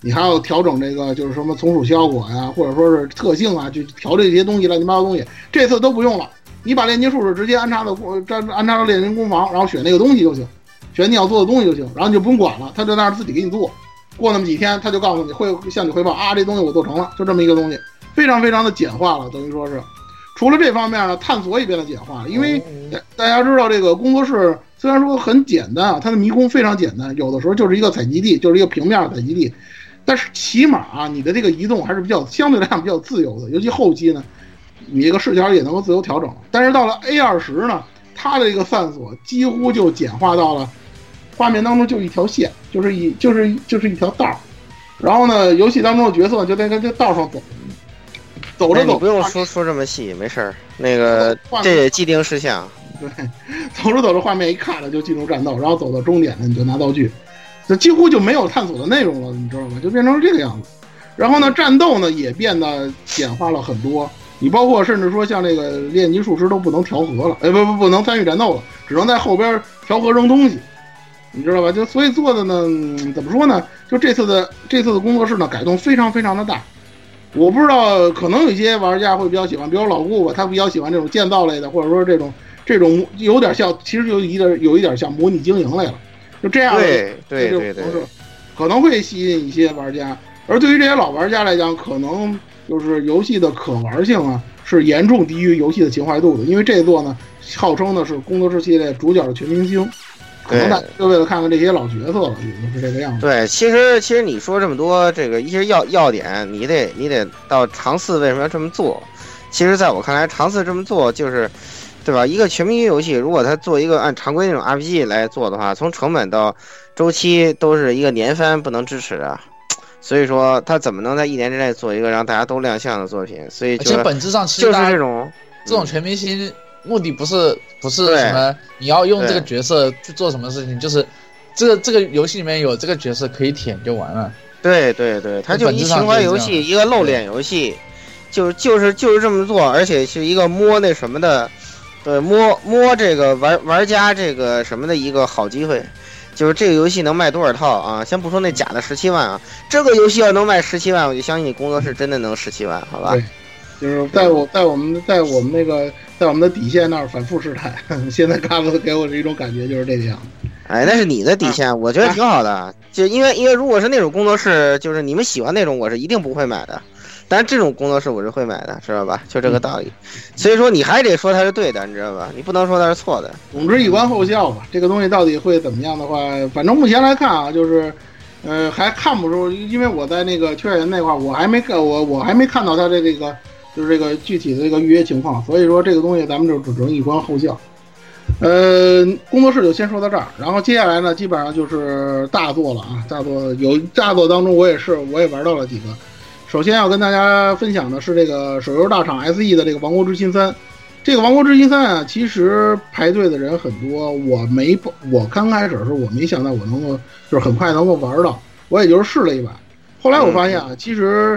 你还要调整这个就是什么从属效果呀，或者说是特性啊，去调这些东西乱七八糟东西，这次都不用了。你把炼金术士直接安插到炼金工坊，然后选那个东西就行，选你要做的东西就行，然后你就不用管了，他就在那儿自己给你做。过那么几天，他就告诉你会向你汇报啊，这东西我做成了，就这么一个东西，非常非常的简化了，等于说是。除了这方面呢，探索也变得简化了，因为大家知道这个工作室虽然说很简单啊，它的迷宫非常简单，有的时候就是一个采集地，就是一个平面采集地，但是起码啊，你的这个移动还是相对来讲比较自由的，尤其后期呢。你这个视角也能够自由调整，但是到了 A20呢，它的这个探索几乎就简化到了画面当中就一条线，就是一条道，然后呢，游戏当中的角色就在这道上走着走， 你不用说这么细，没事儿，那个这也既定事项。 对，走着走着画面一看了就进入战斗，然后走到终点了你就拿道具，这几乎就没有探索的内容了，你知道吗？就变成这个样子。然后呢，战斗呢也变得简化了很多。你包括甚至说像这个炼金术师都不能调和了，不能参与战斗了，只能在后边调和扔东西，你知道吧？就所以做的呢，怎么说呢？就这次的工作室呢，改动非常非常的大。我不知道，可能有一些玩家会比较喜欢，比如老顾吧，他比较喜欢这种建造类的，或者说这种有点像，其实有一点像模拟经营类了，就这样的对， 可能会吸引一些玩家。而对于这些老玩家来讲，可能就是游戏的可玩性啊，是严重低于游戏的情怀度的。因为这座呢，号称呢是工作室系列主角的全明星，可能大家就为了看看这些老角色了，也就是这个样子。 对，其实你说这么多这个一些要点，你得到尝试为什么要这么做？其实在我看来，尝试这么做就是，对吧？一个全明星游戏，如果它做一个按常规那种 RPG 来做的话，从成本到周期都是一个年番不能支持的。所以说，他怎么能在1年之内做一个让大家都亮相的作品？所以，而且本质上其实就是这种全明星目的不是什么你要用这个角色去做什么事情，就是这个游戏里面有这个角色可以舔就完了。 对，它就一情怀游戏，一个露脸游戏，就是这么做，而且是一个摸那什么的，摸这个玩家这个什么的一个好机会。就是这个游戏能卖多少套啊？先不说那假的17万啊，这个游戏要能卖17万，我就相信你工作室真的能17万，好吧？ 对，就是在我们的底线那儿反复试探，现在嘎子给我的一种感觉就是这个样子。 哎，那是你的底线，我觉得挺好的。就因为如果是那种工作室，就是你们喜欢那种，我是一定不会买的。但是这种工作室我是会买的，知道吧？就这个道理。所以说你还得说它是对的，你知道吧？你不能说它是错的。 总之一观后效吧。这个东西到底会怎么样的话，反正目前来看啊，就是，还看不出，因为我在那个确认那块我还没看到它的这个就是这个具体的这个预约情况，所以说这个东西咱们就只能一观后效。工作室就先说到这儿，然后接下来呢，基本上就是大作了啊。大作当中我也玩到了几个。首先要跟大家分享的是这个手游大厂 SE 的这个《王国之心3》。这个《王国之心3》啊，其实排队的人很多，我刚开始的时候我没想到我能够就是很快能够玩到，我也就是试了一把。后来我发现啊，其实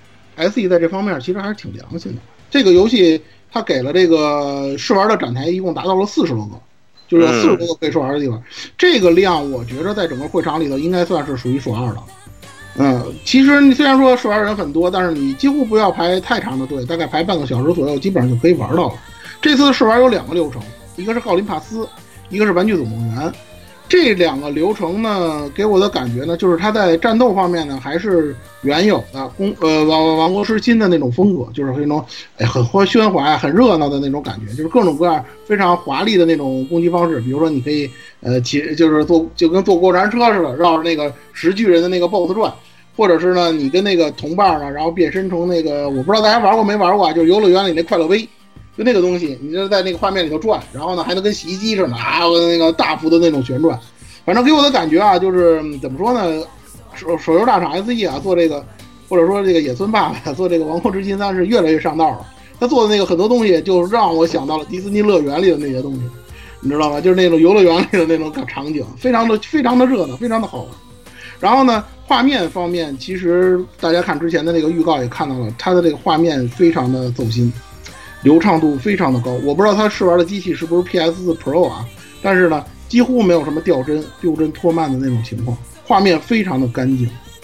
SE 在这方面其实还是挺良心的。这个游戏它给了这个试玩的展台一共达到了40多个，就是40多个可以试玩的地方。这个量我觉得在整个会场里头应该算是数一数二的。其实你虽然说试玩人很多，但是你几乎不要排太长的队，大概排半个小时左右，基本上就可以玩到了。这次的试玩有2个流程，一个是奥林帕斯，一个是玩具总动员。这2个流程呢，给我的感觉呢，就是它在战斗方面呢，还是原有的王国之心的那种风格，就是那种很喧哗呀、很热闹的那种感觉，就是各种各样非常华丽的那种攻击方式。比如说你可以就是就跟坐过山车似的，绕着那个10巨人的那个 BOSS 转，或者是呢你跟那个同伴呢，然后变身成那个，我不知道大家玩过没玩过啊，就是游乐园里那快乐杯。就那个东西，你就在那个画面里头转，然后呢还能跟洗衣机似的啊，那个大幅的那种旋转。反正给我的感觉啊，就是怎么说呢，手游大厂 SE 啊做这个，或者说这个野村爸爸做这个《王国之心3》是越来越上道了。他做的那个很多东西，就让我想到了迪士尼乐园里的那些东西，你知道吗？就是那种游乐园里的那种场景，非常的热闹，非常的好玩。然后呢，画面方面，其实大家看之前的那个预告也看到了，它的这个画面非常的走心。流畅度非常的高，我不知道他试玩的机器是不是 PS4 Pro 啊，但是呢，几乎没有什么掉帧、丢帧、拖慢的那种情况，画面非常的干净。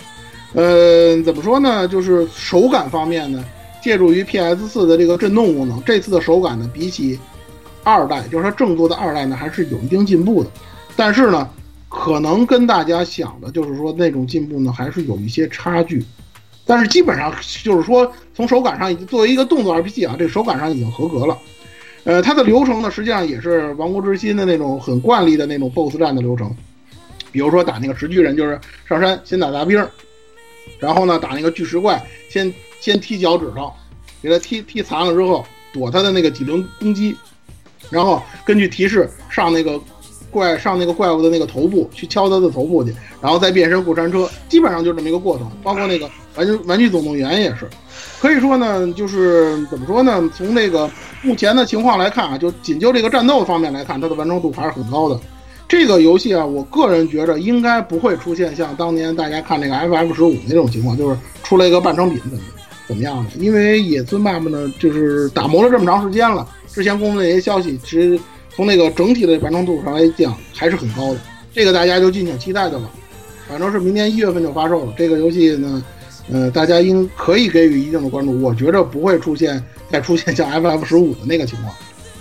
怎么说呢？就是手感方面呢，借助于 PS4 的这个震动功能，这次的手感呢，比起2代，就是它正作的2代呢，还是有一定进步的。但是呢，可能跟大家想的就是说那种进步呢，还是有一些差距。但是基本上就是说，从手感上，作为一个动作 RPG 啊，这个手感上已经合格了。它的流程呢，实际上也是《王国之心》的那种很惯例的那种 BOSS 战的流程。比如说打那个石巨人，就是上山先打杂兵，然后呢打那个巨石怪，先踢脚趾头，给他踢残了之后，躲他的那个几轮攻击，然后根据提示上那个怪物的那个头部去敲他的头部去，然后再变身过山车，基本上就这么一个过程。包括那个玩具总动员也是，可以说呢，就是怎么说呢？从那个目前的情况来看啊，就仅就这个战斗方面来看，它的完成度还是很高的。这个游戏啊，我个人觉得应该不会出现像当年大家看那个 FF15 那种情况，就是出来一个半成品怎么样的。因为野村爸爸呢，就是打磨了这么长时间了，之前公布那些消息，其实从那个整体的完成度上来讲还是很高的，这个大家就敬请期待的吧。反正是明年1月份就发售了，这个游戏呢，大家可以给予一定的关注，我觉着不会再出现像 FF15 的那个情况。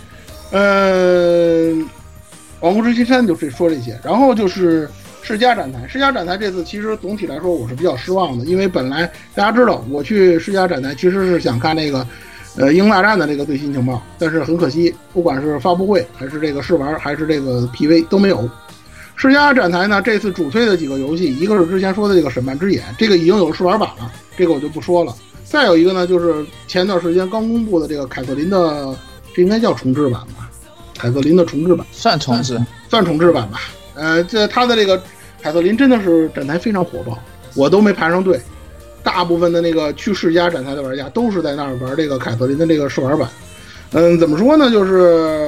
王国之心3就是说这些，然后就是世嘉展台。世嘉展台这次其实总体来说我是比较失望的，因为本来大家知道我去世嘉展台其实是想看那个英雄大战的这个最新情报，但是很可惜，不管是发布会还是这个试玩还是这个 PV 都没有。世嘉展台呢，这次主推的几个游戏，一个是之前说的这个审判之眼，这个已经有试玩版了，这个我就不说了。再有一个呢，就是前段时间刚公布的这个凯瑟琳的，这应该叫重置版吧，凯瑟琳的重置版， 算重置版吧。这他的这个凯瑟琳真的是展台非常火爆，我都没排上队。大部分的那个去世嘉展台的玩家都是在那儿玩这个凯瑟琳的这个试玩版。怎么说呢？就是，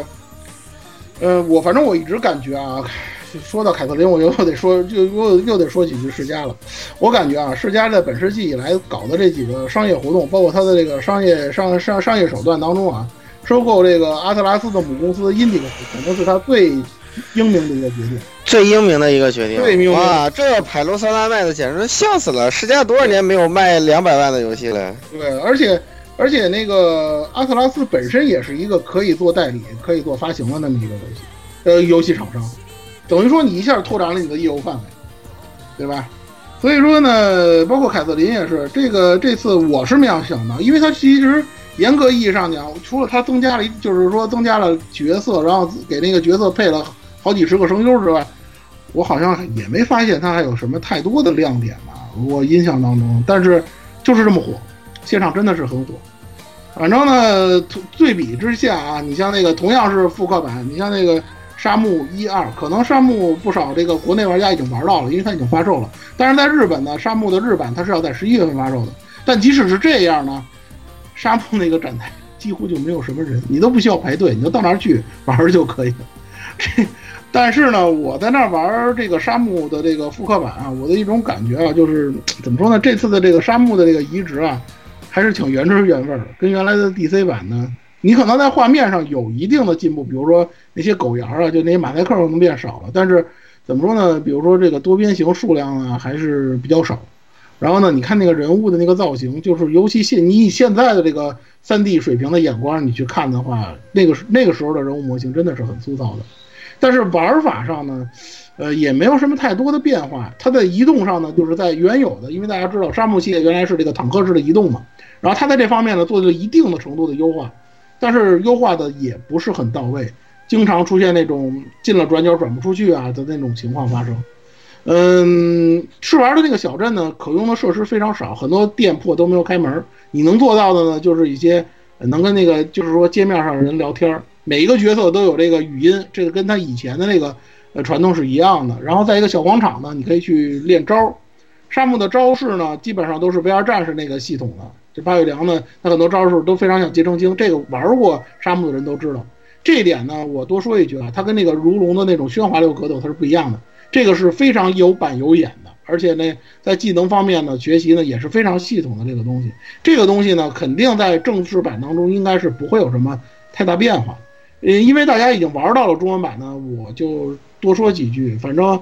反正我一直感觉啊，说到凯瑟琳，我又得说，又得说几句世嘉了。我感觉啊，世嘉在本世纪以来搞的这几个商业活动，包括它的这个商业手段当中啊，收购这个阿特拉斯的母公司 Indigo 可能是他最英明的一个决定， 最英明的一个决定。哇，这海洛萨拉卖的简直笑死了！世嘉多少年没有卖200万的游戏了？ 对，而且那个阿特拉斯本身也是一个可以做代理、可以做发行的那么一个游戏厂商，等于说你一下拓展了你的业务范围，对吧？所以说呢，包括凯瑟琳也是，这次我是没有想到，因为它其实严格意义上讲，除了它增加了角色，然后给那个角色配了好几十个声优之外，我好像也没发现它还有什么太多的亮点吧，我印象当中。但是就是这么火，现场真的是很火。反正呢，对比之下啊，你像那个同样是复刻版，你像那个沙漠1、2，可能沙漠不少这个国内玩家已经玩到了，因为它已经发售了。但是在日本呢，沙漠的日版它是要在11月份发售的。但即使是这样呢，沙漠那个展台几乎就没有什么人，你都不需要排队，你就到那儿去玩就可以了。但是呢，我在那儿玩这个沙漠的这个复刻版啊，我的一种感觉啊，就是怎么说呢？这次的这个沙漠的这个移植啊，还是挺原汁原味的，跟原来的 DC 版呢，你可能在画面上有一定的进步，比如说那些狗牙啊，就那些马赛克可能变少了，但是怎么说呢？比如说这个多边形数量啊，还是比较少。然后呢，你看那个人物的那个造型，就是尤其你以现在的这个3D 水平的眼光你去看的话，那个时候的人物模型真的是很粗糙的。但是玩法上呢，也没有什么太多的变化。它在移动上呢，就是在原有的，因为大家知道沙漠系列原来是这个坦克式的移动嘛，然后它在这方面呢做了一定的程度的优化，但是优化的也不是很到位，经常出现那种进了转角转不出去啊的那种情况发生。试玩的那个小镇呢，可用的设施非常少，很多店铺都没有开门。你能做到的呢，就是一些能跟那个就是说街面上的人聊天，每一个角色都有这个语音，这个跟他以前的那个传统是一样的。然后在一个小广场呢，你可以去练招。沙漠的招式呢，基本上都是 VR 战士那个系统的。这八月良呢，他很多招式都非常像结成精，这个玩过沙漠的人都知道。这一点呢，我多说一句啊，它跟那个如龙的那种喧哗六格斗它是不一样的。这个是非常有板有眼的，而且呢，在技能方面呢，学习呢也是非常系统的这个东西。这个东西呢，肯定在正式版当中应该是不会有什么太大变化。因为大家已经玩到了中文版呢，我就多说几句。反正，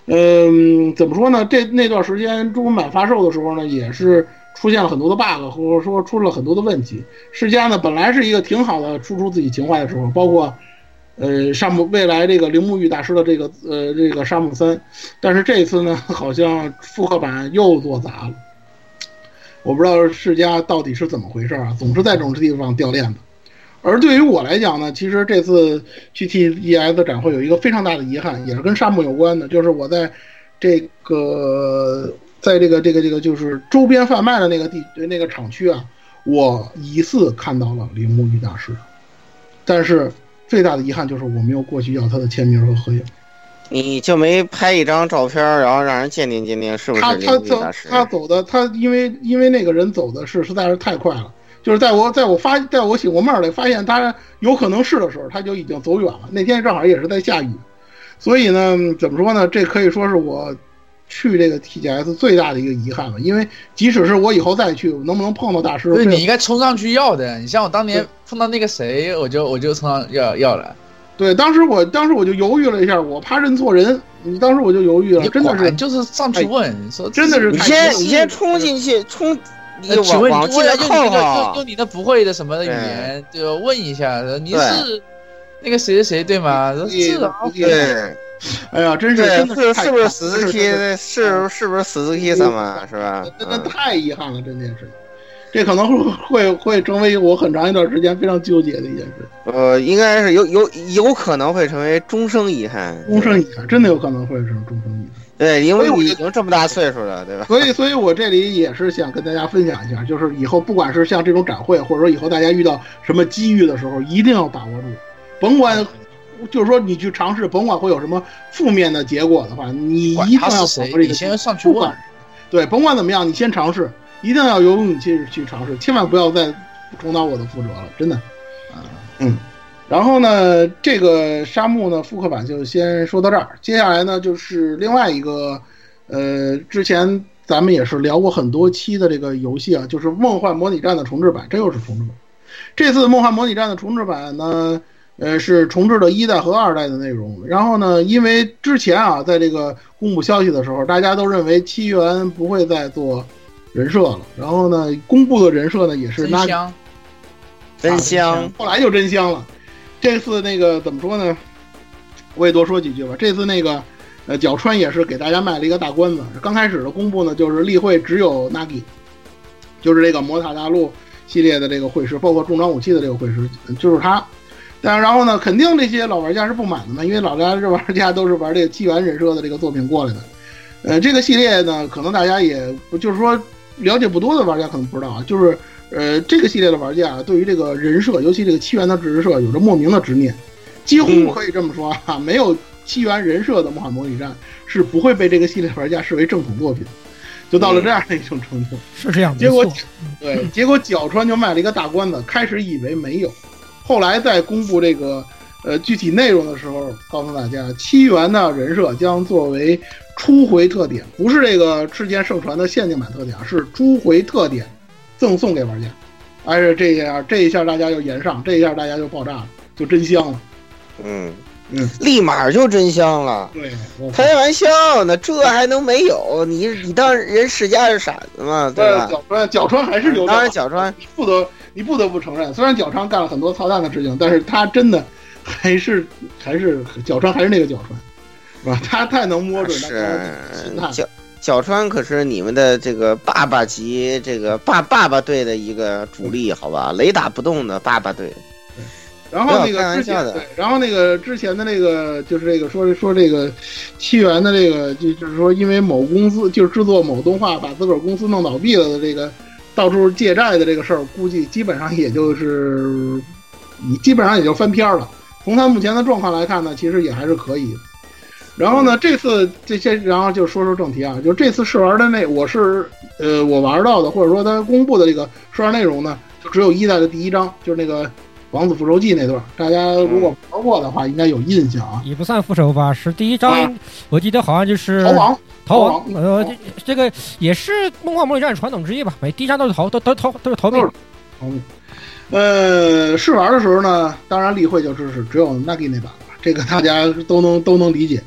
怎么说呢？那段时间中文版发售的时候呢，也是出现了很多的 bug， 或者说出了很多的问题。世嘉呢本来是一个挺好的输出自己情怀的时候，包括沙姆未来这个铃木玉大师的这个沙姆3，但是这次呢好像复刻版又做砸了。我不知道世嘉到底是怎么回事啊，总是在这种地方掉链子。而对于我来讲呢，其实这次去 TGS 展会有一个非常大的遗憾，也是跟沙漠有关的，就是我在这个就是周边贩卖的那个厂区啊，我疑似看到了铃木玉大师，但是最大的遗憾就是我没有过去要他的签名和合影。 你就没拍一张照片，然后让人鉴定鉴定是不是铃木玉大师？ 他走的，他因为那个人走的是实在是太快了。就是在我醒过闷儿来发现他有可能是的时候，他就已经走远了。那天正好也是在下雨，所以呢，怎么说呢？这可以说是我去这个 TGS 最大的一个遗憾了。因为即使是我以后再去，能不能碰到大师？ 对，你应该冲上去要的。你像我当年碰到那个谁，我就冲上要了。 对，当时我就犹豫了一下，我怕认错人。当时我就犹豫了，真的是就是上去问，说真的是你先冲进去冲。 请问往进来靠用你的不会的什么的语言，就问一下，你是那个谁谁对吗？是啊， 对。 哎呀，真是是不是死字 K？ 是不是死字 K 嘛？是吧？ 真的太遗憾了，这件事。这可能会成为我很长一段时间非常纠结的一件事。 应该是有可能会成为终生遗憾。 终生遗憾，真的有可能会是终生遗憾。 对，因为你已经这么大岁数了，对吧？ 所以我这里也是想跟大家分享一下，就是以后不管是像这种展会，或者说以后大家遇到什么机遇的时候，一定要把握住，甭管，就是说你去尝试，甭管会有什么负面的结果的话，你一定要把握这个。 你先上去问。 对，甭管怎么样，你先尝试，一定要有勇气去尝试，千万不要再重蹈我的覆辙了，真的。然后呢，这个沙漠呢复刻版就先说到这儿。接下来呢就是另外一个，之前咱们也是聊过很多期的这个游戏啊，就是《梦幻模拟战》的重置版，这又是重置版。这次《梦幻模拟战》的重置版呢，是重置了1代和2代的内容。然后呢，因为之前啊，在这个公布消息的时候，大家都认为七元不会再做人设了。然后呢，公布的人设呢也是真香， 后来就真香了。这次那个怎么说呢？我也多说几句吧。这次那个角川也是给大家卖了一个大关子。刚开始的公布呢，就是例会只有 Nagi， 就是这个魔塔大陆系列的这个会师，包括重装武器的这个会师，就是他。然后呢，肯定这些老玩家是不满的嘛，因为老玩家都是玩这个七元人设的这个作品过来的。这个系列呢，可能大家也就是说了解不多的玩家可能不知道啊，就是这个系列的玩家对于这个人设，尤其这个七元的人设有着莫名的执念，几乎可以这么说啊，没有七元人设的梦幻模拟战是不会被这个系列玩家视为正统作品，就到了这样的一种程度。 是这样。 结果角川就卖了一个大关子，开始以为没有，后来在公布这个具体内容的时候，告诉大家七元的人设将作为初回特点，不是这个赤剑圣传的限定版特点啊，是初回特点。赠送给玩家，而且这一下大家就延上，这一下大家就爆炸了，就真香了。 立马就真香了。 对， 开玩笑呢，这还能没有？你当人世家是傻子吗？对吧？ 角川还是有， 当然角川你不得不承认，虽然角川干了很多操蛋的事情，但是他真的还是角川还是那个角川，是吧？他太能摸准是角川可是你们的这个爸爸级这个爸爸队的一个主力，好吧？雷打不动的爸爸队。 然后那个之前，然后那个之前的那个就是这个说这个七元的这个就是说因为某公司就是制作某动画把自个儿公司弄倒闭了的这个到处借债的这个事儿，估计基本上也就翻篇了。从他目前的状况来看呢，其实也还是可以的。然后呢，这次这些，然后就说正题啊，就这次试玩的我玩到的，或者说他公布的这个试玩内容呢，就只有1代的第1章，就是那个王子复仇记那段，大家如果玩过的话，应该有印象啊。 也不算复仇吧，是第1章，我记得好像就是逃亡，这个也是梦幻模拟战传统之一吧，每第1章都是逃命。 试玩的时候呢，当然例会就只有 Nagi 那版了，这个大家都能理解。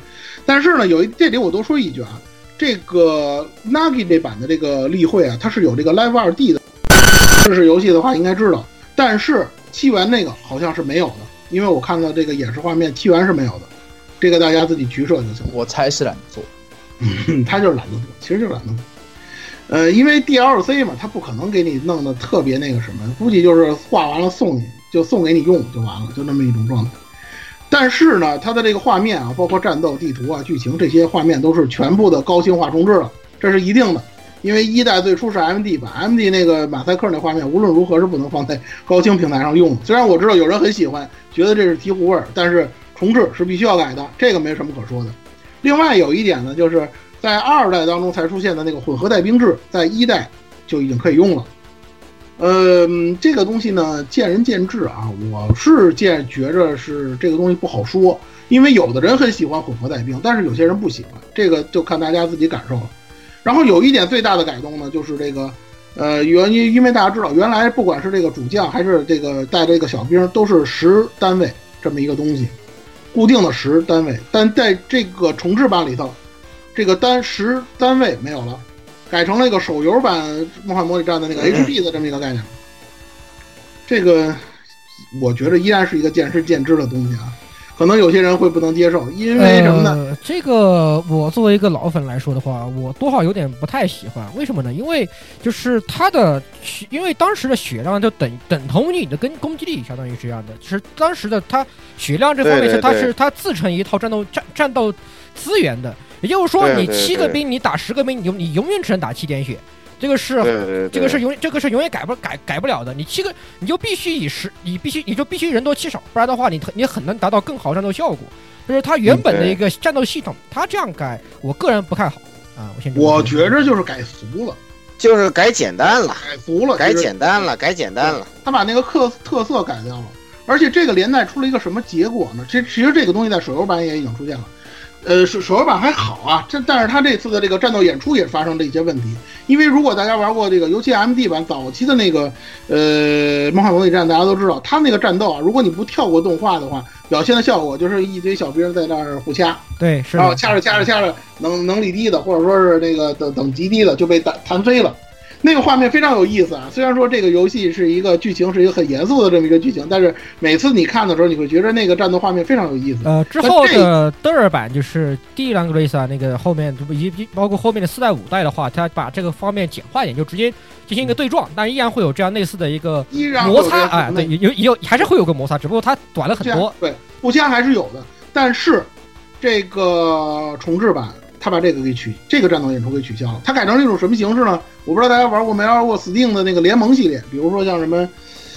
但是呢，这里我多说一句啊，这个 Nagi 这版的这个例会啊，它是有这个 Live 2D 的，试试游戏的话应该知道。但是7元那个好像是没有的，因为我看到这个演示画面7元是没有的，这个大家自己取舍就行。 我猜是懒得做， 他就是懒得做，其实就是懒得做。因为 DLC 嘛，他不可能给你弄得特别那个什么，估计就是画完了送给你用就完了，就那么一种状态。但是呢，它的这个画面啊，包括战斗、地图啊、剧情这些画面都是全部的高清化重置了，这是一定的。因为1代最初是 MD 版 ，MD 那个马赛克那画面无论如何是不能放在高清平台上用的。虽然我知道有人很喜欢，觉得这是醍醐味儿，但是重置是必须要改的，这个没什么可说的。另外有一点呢，就是在2代当中才出现的那个混合带兵制，在1代就已经可以用了。这个东西呢，见仁见智啊。我是觉着是这个东西不好说，因为有的人很喜欢混合带兵，但是有些人不喜欢，这个就看大家自己感受了。然后有一点最大的改动呢，就是这个，因为大家知道，原来不管是这个主将还是这个带这个小兵，都是10单位这么一个东西，固定的10单位，但在这个重置版里头，这个10单位没有了。改成了一个手游版梦幻模拟战的那个 HB 的这么一个概念，这个我觉得依然是一个见仁见智的东西啊，可能有些人会不能接受，因为什么呢？ 这个我作为一个老粉来说的话，我多少有点不太喜欢。为什么呢？因为就是因为当时的血量就等同于你的攻击力，相当于是这样的。就是当时的它血量这方面它自成一套战斗资源的。也就是说，你7个兵，你打10个兵，你永远只能打7点血，这个是永远改不了的。你7个，你就必须你就必须人多气少，不然的话，你很难达到更好战斗效果。就是它原本的一个战斗系统，它这样改，我个人不看好啊。 我觉着就是改俗了， 就是改简单了， 改俗了， 改简单了。 他把那个特色改掉了，而且这个连带出了一个什么结果呢？其实这个东西在手游版也已经出现了。手游版还好啊，但是他这次的这个战斗演出也发生了一些问题。因为如果大家玩过这个，尤其 MD 版早期的那个梦幻模拟战，大家都知道，他那个战斗啊，如果你不跳过动画的话，表现的效果就是一堆小兵在那儿互掐， 对，是， 然后掐着，能力低的或者说是那个等级低的就被弹飞了。那个画面非常有意思啊！虽然说这个游戏是一个剧情是一个很严肃的这么一个剧情，但是每次你看的时候，你会觉得那个战斗画面非常有意思。 之后的第2版就是第2个 race 啊，那个后面包括后面的4代5代的话，它把这个方面简化一点，就直接进行一个对撞，但依然会有这样类似的一个摩擦啊，对，有还是会有个摩擦，只不过它短了很多。 对，互相还是有的，但是这个重置版。他把这个战斗演出给取消了，他改成了一种什么形式呢？我不知道大家玩过没玩过 Steam 的那个联盟系列，比如说像什么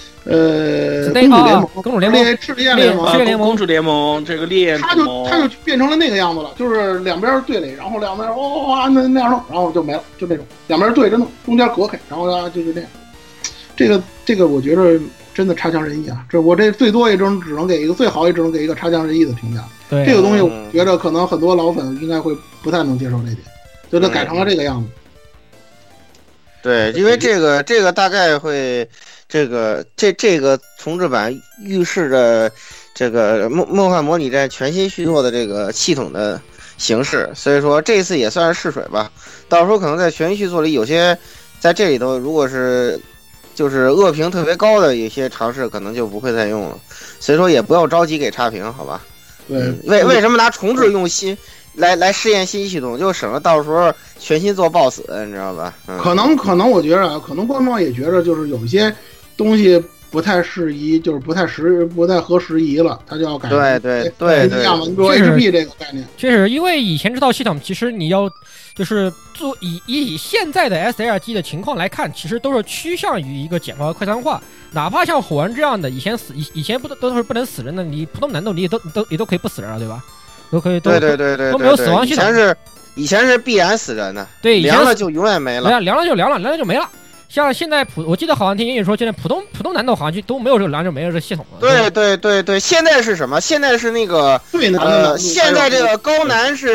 公主联盟、 赤焰联盟、 公主联盟这个猎， 他就变成了那个样子了，就是两边对垒，然后两边哇那样弄，然后就没了，就那种两边对着弄，中间隔开，然后就是这样。这个我觉得真的差强人意啊！我这最多也只能给一个，最好也只能给一个差强人意的评价。 对， 这个东西我觉得可能很多老粉应该会不太能接受这点，就它改成了这个样子。 对，因为这个大概会这个重置版预示着这个梦幻模拟战全新续作的这个系统的形式，所以说这次也算是试水吧。到时候可能在全新续作里有些在这里头，如果是就是恶评特别高的有些尝试，可能就不会再用了。所以说也不要着急给差评，好吧？ 对， 为什么拿重置用新来试验新系统，就省了到时候全新做 BOSS， 你知道吧？ 可能我觉得可能官方也觉得就是有一些东西不太适宜，就是不太合时宜了，他就要改。 对， 像我们说 HB 这个概念， 确实，因为以前这套系统其实你要就是做以现在的 SLG 的情况来看，其实都是趋向于一个简化和快餐化。哪怕像火纹这样的以前都是不能死人的，你普通难度你也都可以不死人了，对吧？都可以对都没有死亡系统。 以前是必然死人的， 对， 凉了就永远没了， 凉了就没了。像现在我记得好像听英语说，现在普通难度好像就都没有这个凉就没有这个系统了。 对，现在是什么？现在是那个最难的现在这个高难是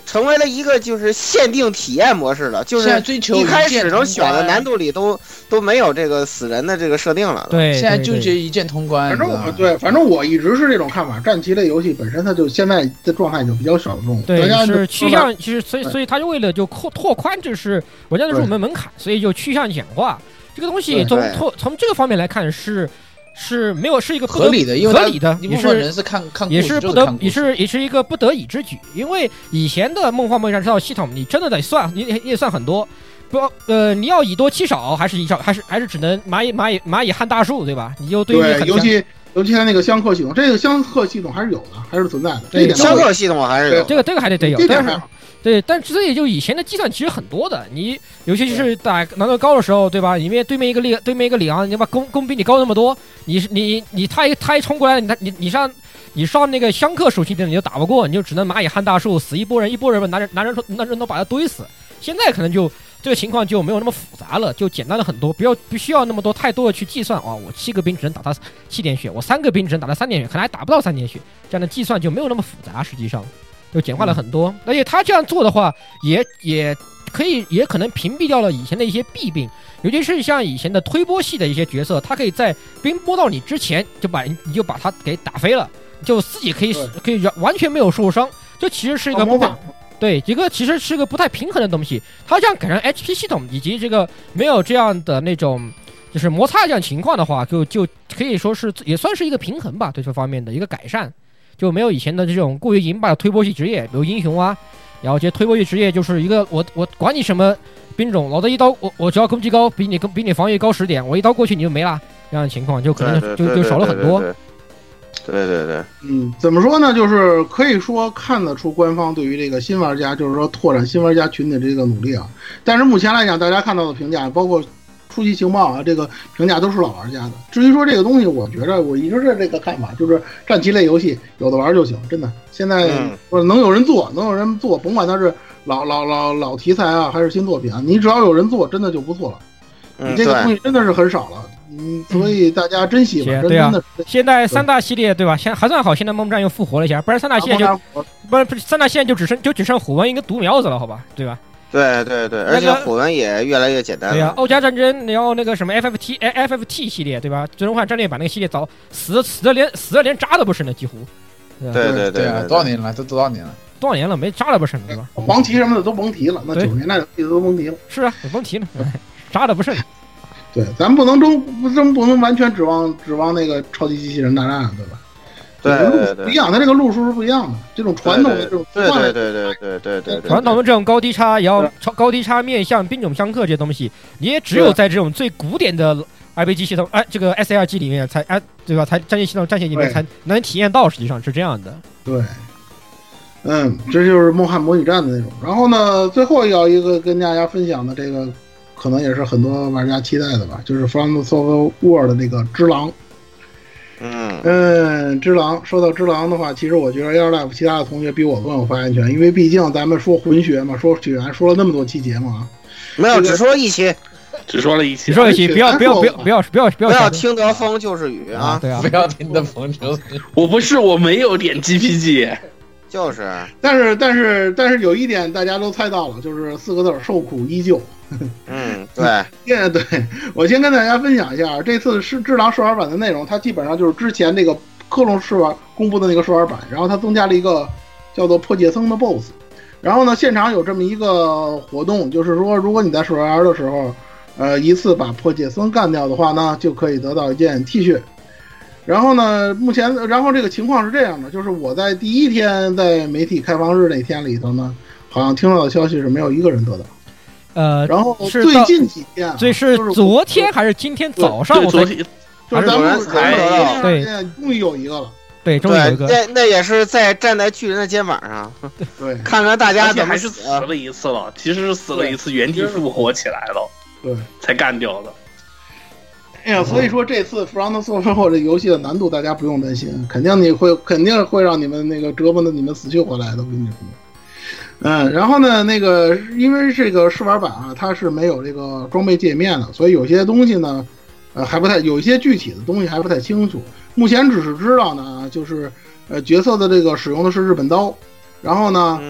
成为了一个就是限定体验模式了，就是一开始能选的难度里都没有这个死人的这个设定了。 对， 现在纠结一键通关。 反正我一直是这种看法，战棋类游戏本身它就现在的状态就比较小众， 对， 大家是趋向，其实所以它就为了就拓宽就是玩家的入门门槛，所以就趋向简化。这个东西从这个方面来看是没有是一个合理的，因为合理的， 一部分人是看也是也是一个不得已之举。因为以前的梦幻梦战这套系统，你真的得算，你也算很多，你要以多欺少，还是只能蚂蚁撼大树，对吧？你就对于尤其它那个相克系统，这个相克系统还是有的，还是存在的。这点相克系统还是有， 这个还得有，但是。对，但之所以就以前的计算其实很多的，你尤其是打难度高的时候，对吧？对面一个里昂，你把攻比你高那么多，他一冲过来，你上那个相克属性的你就打不过，你就只能蚂蚁撼大树，死一波人拿人头把他堆死。现在可能就这个情况就没有那么复杂了，就简单了很多，不需要那么多太多的去计算啊。我7个兵只能打他7点血，我3个兵只能打他3点血，可能还打不到3点血，这样的计算就没有那么复杂，实际上。就简化了很多，而且他这样做的话，也可能屏蔽掉了以前的一些弊病，尤其是像以前的推波系的一些角色，他可以在兵波到你之前你就把他给打飞了，就自己可以完全没有受伤，这其实是一个对这个其实是个不太平衡的东西。他这样改成 HP 系统以及这个没有这样的那种就是摩擦这样情况的话，就可以说是也算是一个平衡吧，对这方面的一个改善。就没有以前的这种过于淫霸的推波系职业，比如英雄啊，然后这些推波系职业就是一个我管你什么兵种，老子一刀我只要攻击高，比你防御高10点，我一刀过去你就没了，这样的情况就可能就少了很多。 对， 怎么说呢？就是可以说看得出官方对于这个新玩家，就是说拓展新玩家群的这个努力啊。但是目前来讲，大家看到的评价，包括初期情报啊，这个评价都是老玩家的。至于说这个东西，我觉得我一直是这个看法，就是战棋类游戏有的玩就行，真的。现在能有人做，甭管它是老题材啊，还是新作品啊，你只要有人做，真的就不错了。你这个东西真的是很少了，所以大家珍惜吧。 对啊，现在3大系列对吧？还算好，现在梦战又复活了一下，不然3大系列不是3大系列就只剩虎纹一个毒苗子了，好吧？对吧？ 对，而且虎纹也越来越简单了。 对呀，欧加战争，然后那个什么 FFT 系列，对吧？最终幻战略版那个系列早死的连渣都不剩了，几乎。 对啊，多少年了？都多少年了？ 多少年了？没渣都不剩，对吧？ 黄旗什么的都甭提了，那90年代的都甭提了。 是啊，甭提了，渣都不剩。 对，咱不能完全指望那个超级机器人大战，对吧？ 对， 不一样，它这个路数是不一样的。这种传统的这种对， 传统的这种高低差，也要高低差面向兵种相克这些东西，你也只有在这种最古典的 RPG 系统，这个 SLG 里面才对吧？才战线系统战线里面才能体验到，实际上是这样的。 对，这就是梦幻模拟战的那种。然后呢，最后要一个跟大家分享的这个，可能也是很多玩家期待的吧，就是 From Software 的这个只狼。只狼。说到只狼的话，其实我觉得 Airlife 其他的同学比我更有发言权，因为毕竟咱们说混血嘛，说血缘，说了那么多期节目啊， 没有，只说了一期， 不要听得风就是雨啊！ 对啊， 不要听得风就是雨。 我没有点 GPG， 就是。 但是有一点大家都猜到了，就是4个字：受苦依旧。对，我先跟大家分享一下这次是只狼试玩版的内容，它基本上就是之前那个克隆试玩公布的那个试玩版，然后它增加了一个叫做破戒僧的 BOSS， 然后呢现场有这么一个活动，就是说如果你在试玩的时候，一次把破戒僧干掉的话呢，就可以得到一件 T 恤。然后呢，然后这个情况是这样的，就是我在第一天在媒体开放日那天里头呢，好像听到的消息是没有一个人得到。然后最近几天， 这是昨天还是今天早上？ 昨天就是咱们对， 终于有一个了。 对，终于有一个。 那也是站在巨人的肩膀上， 对， 看看大家还是死了一次了，其实是死了一次，原地复活起来了， 对， 才干掉的。 哎呀，所以说这次 From Software 这游戏的难度大家不用担心，肯定会让你们那个折磨的你们死去活来的，我跟你说。然后呢，那个因为这个试玩版啊，它是没有这个装备界面的，所以有些东西呢，还不太有一些具体的东西还不太清楚。目前只是知道呢，就是角色的这个使用的是日本刀，然后呢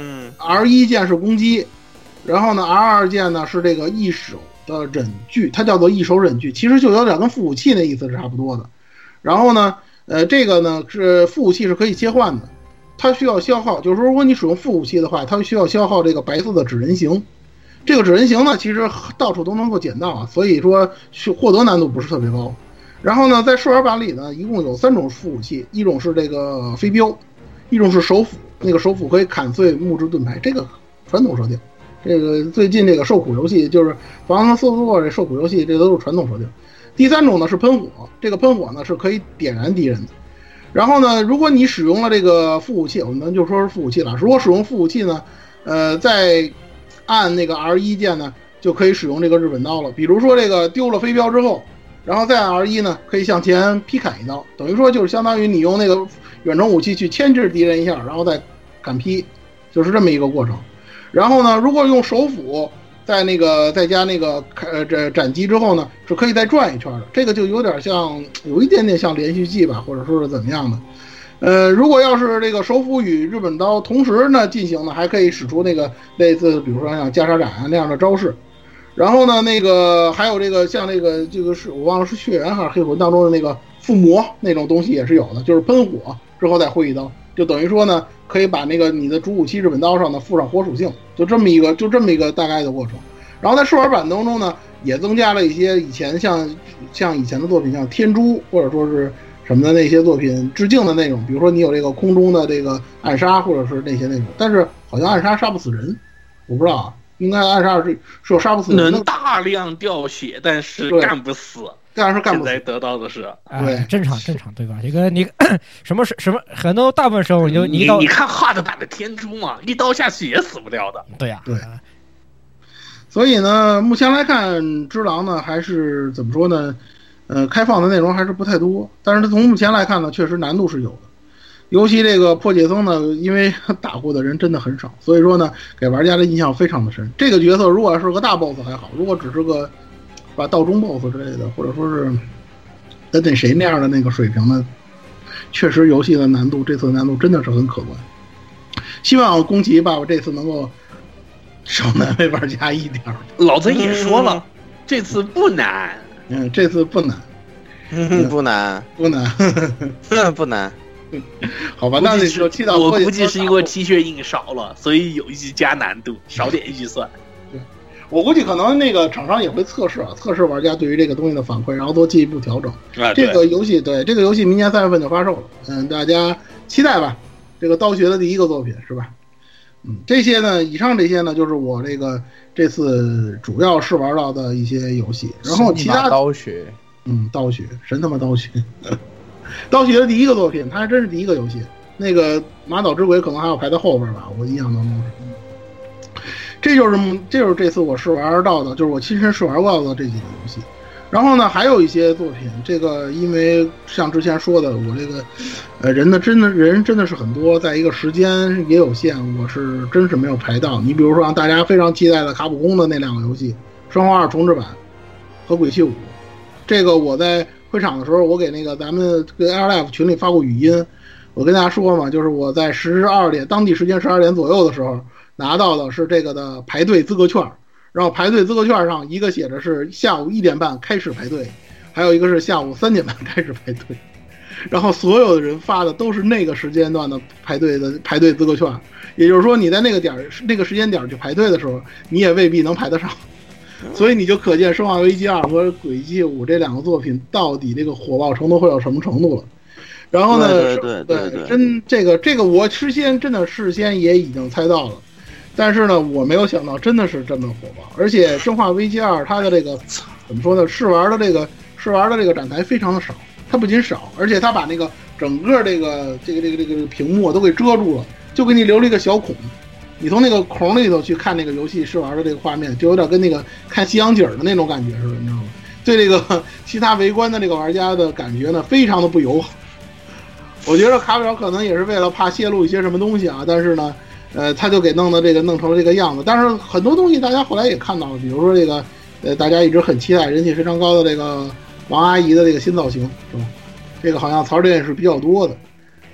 R1键是攻击，然后呢 R2键呢是这个一手的忍具，它叫做一手忍具，其实就有点跟副武器那意思是差不多的。然后呢这个呢是副武器是可以切换的，它需要消耗，就是说如果你使用副武器的话，它需要消耗这个白色的指人形。这个指人形呢其实到处都能够捡到啊，所以说获得难度不是特别高。然后呢在试玩版里呢一共有3种副武器，一种是这个飞镖，一种是手斧，那个手斧可以砍碎木质盾牌，这个传统设定。这个最近这个受苦游戏就是防和搜索这受苦游戏，这都是传统设定。第3种呢是喷火，这个喷火呢是可以点燃敌人的。然后呢如果你使用了这个副武器，我们就说是副武器了，如果使用副武器呢在按那个 R1 键呢就可以使用这个日本刀了。比如说这个丢了飞镖之后，然后再按 R1 呢可以向前劈砍一刀，等于说就是相当于你用那个远程武器去牵制敌人一下，然后再砍劈，就是这么一个过程。然后呢如果用手斧在那个再加那个这斩击之后呢是可以再转一圈的，这个就有点像有一点点像连续技吧，或者说是怎么样的。如果要是这个手斧与日本刀同时呢进行呢，还可以使出那个类似比如说像袈裟斩啊那样的招式。然后呢那个还有这个像这个是我忘了是血缘还是黑魂当中的那个附魔那种东西也是有的，就是喷火之后再挥一刀，就等于说呢可以把那个你的主武器日本刀上呢附上火属性，就这么一个大概的过程。然后在试玩版当中呢也增加了一些以前像以前的作品，像天珠或者说是什么的那些作品致敬的内容，比如说你有这个空中的这个暗杀或者是那些内容，但是好像暗杀杀不死人，我不知道啊，应该暗杀是有杀不死人， 能大量掉血，但是干不死。 但是干不死。 现在得到的是， 对， 正常对吧？这个你什么很多大部分时候你一刀， 你看 hard 版的天珠嘛，一刀下去也死不掉的。 对呀， 对。所以呢，目前来看，只狼呢还是怎么说呢？开放的内容还是不太多，但是从目前来看呢，确实难度是有的。尤其这个破解僧呢，因为打过的人真的很少，所以说呢，给玩家的印象非常的深。这个角色如果是个大 boss 还好，如果只是个道中 boss 之类的，或者说是跟谁那样的那个水平呢，确实游戏的难度，这次难度真的是很可观。希望宫崎爸爸这次能够少难为玩家一点。 老子也说了，这次不难。 这次不难， 不难，不难。 好吧，那你就期待。 我估计是因为 T 恤印少了，所以有意加难度，少点预算。 对，我估计可能那个厂商也会测试玩家对于这个东西的反馈，然后做进一步调整。这个游戏明年3月份就发售了，大家期待吧。这个刀学的第一个作品是吧？这些呢，以上这些呢，就是我这次主要试玩到的一些游戏，然后其他刀学， 刀学神他妈刀学，刀学的第一个作品，它还真是第一个游戏。那个马岛之鬼可能还要排在后边吧，我印象当中是。这就是这次我试玩到的，就是我亲身试玩过的这几个游戏。然后呢，还有一些作品，这个因为像之前说的，我这个人真的是很多，在一个时间也有限，我是真是没有排到。你比如说让大家非常期待的卡普空的那2个游戏《生化2重置版》和《鬼泣5》，这个我在会场的时候，我给那个咱们跟 AirLife 群里发过语音，我跟大家说嘛，就是我在12点当地时间12点左右的时候拿到的是这个的排队资格券。然后排队资格券上一个写着是下午1点半开始排队，还有一个是下午3点半开始排队，然后所有的人发的都是那个时间段的排队资格券，也就是说你在那个时间点去排队的时候，你也未必能排得上，所以你就可见《生化危机2》和《鬼泣5》这2个作品到底这个火爆程度会有什么程度了。然后呢，对，这个我事先也已经猜到了。但是呢，我没有想到真的是这么火爆，而且《生化危机2》它的这个怎么说呢？试玩的这个展台非常的少，它不仅少，而且它把那个整个这个屏幕都给遮住了，就给你留了一个小孔，你从那个孔里头去看那个游戏试玩的这个画面，就有点跟那个看西洋景的那种感觉似的，你知道吗？对这个其他围观的这个玩家的感觉呢，非常的不友好。我觉得卡表可能也是为了怕泄露一些什么东西啊，但是呢。他就给弄成了这个样子，但是很多东西大家后来也看到了，比如说这个，大家一直很期待、人气非常高的这个王阿姨的这个新造型，是吧？这个好像槽点也是比较多的。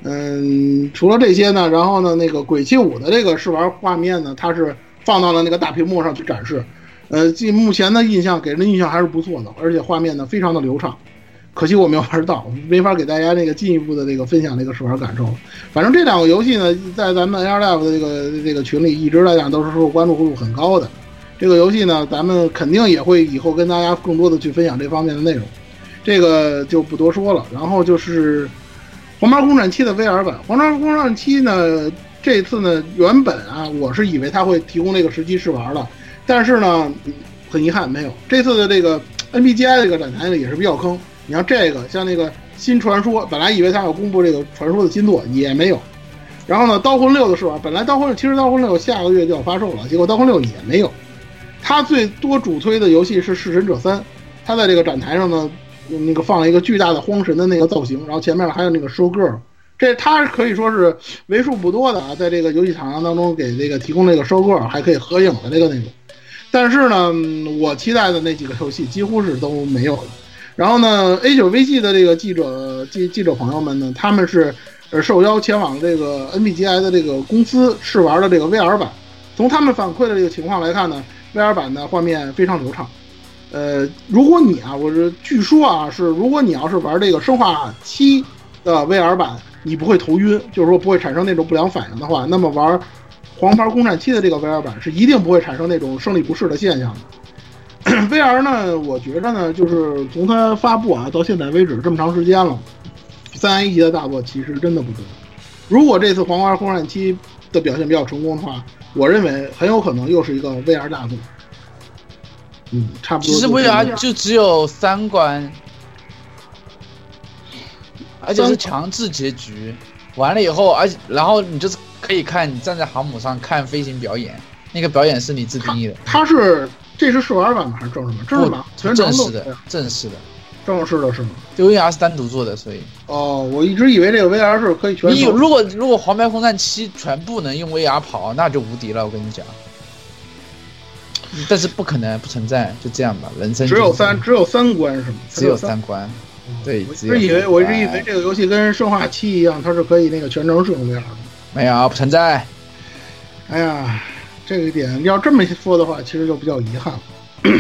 除了这些呢，然后呢，那个《鬼泣5》的这个试玩画面呢，它是放到了那个大屏幕上去展示。目前的印象给人的印象还是不错的，而且画面呢非常的流畅。可惜我没有玩到，没法给大家那个进一步的这个分享这个试玩感受。反正这2个游戏呢，在咱们 AR Live 的这个群里一直来讲都是受关注度很高的。这个游戏呢，咱们肯定也会以后跟大家更多的去分享这方面的内容，这个就不多说了。然后就是《黄牌空战7》的 VR 版，《黄牌空战7》呢，这次呢原本啊，我是以为它会提供这个实际试玩的，但是呢，很遗憾没有。这次的这个 NPGI 这个展台呢也是比较坑。你像这个，像那个新传说，本来以为它要公布这个传说的新作，也没有。然后呢，刀魂6的试玩，本来刀魂6下个月就要发售了，结果刀魂6也没有。它最多主推的游戏是《弑神者3》，它在这个展台上呢，那个放了一个巨大的荒神的那个造型，然后前面还有那个 show girl， 这它可以说是为数不多的啊，在这个游戏厂商当中给这个提供这个 show girl 还可以合影的这个内容。但是呢，我期待的那几个游戏几乎是都没有了。然后呢 ，A9VG 的这个记者朋友们呢，他们是受邀前往这个 NPGI 的这个公司试玩的这个 VR 版。从他们反馈的这个情况来看呢 ，VR 版的画面非常流畅。如果你啊，据说啊是，如果你要是玩这个生化7的 VR 版，你不会头晕，就是说不会产生那种不良反应的话，那么玩黄牌空战7的这个 VR 版是一定不会产生那种生理不适的现象的。VR 呢，我觉着呢，就是从它发布啊到现在为止这么长时间了，3A 级的大作其实真的不多。如果这次《黄牌空战7》的表现比较成功的话，我认为很有可能又是一个 VR 大作。差不多。其实 VR 就只有3关，而且是强制结局。完了以后，然后你就是可以看，你站在航母上看飞行表演，那个表演是你自定义的。 这是试玩版吗？还是正式版？正式版， 正式的，正式的是吗？ 就 VR 是单独做的，所以。 我一直以为这个 VR 是可以全。 如果黄牌空战7全部能用 VR 跑，那就无敌了，我跟你讲。但是不可能，不存在，就这样吧。人生只有 3关是吗？ 只有3关。对， 我一直以为这个游戏跟生化7一样，它是可以那个全程使用 VR 的。 没有，不存在。 哎呀。这个点要这么说的话，其实就比较遗憾了。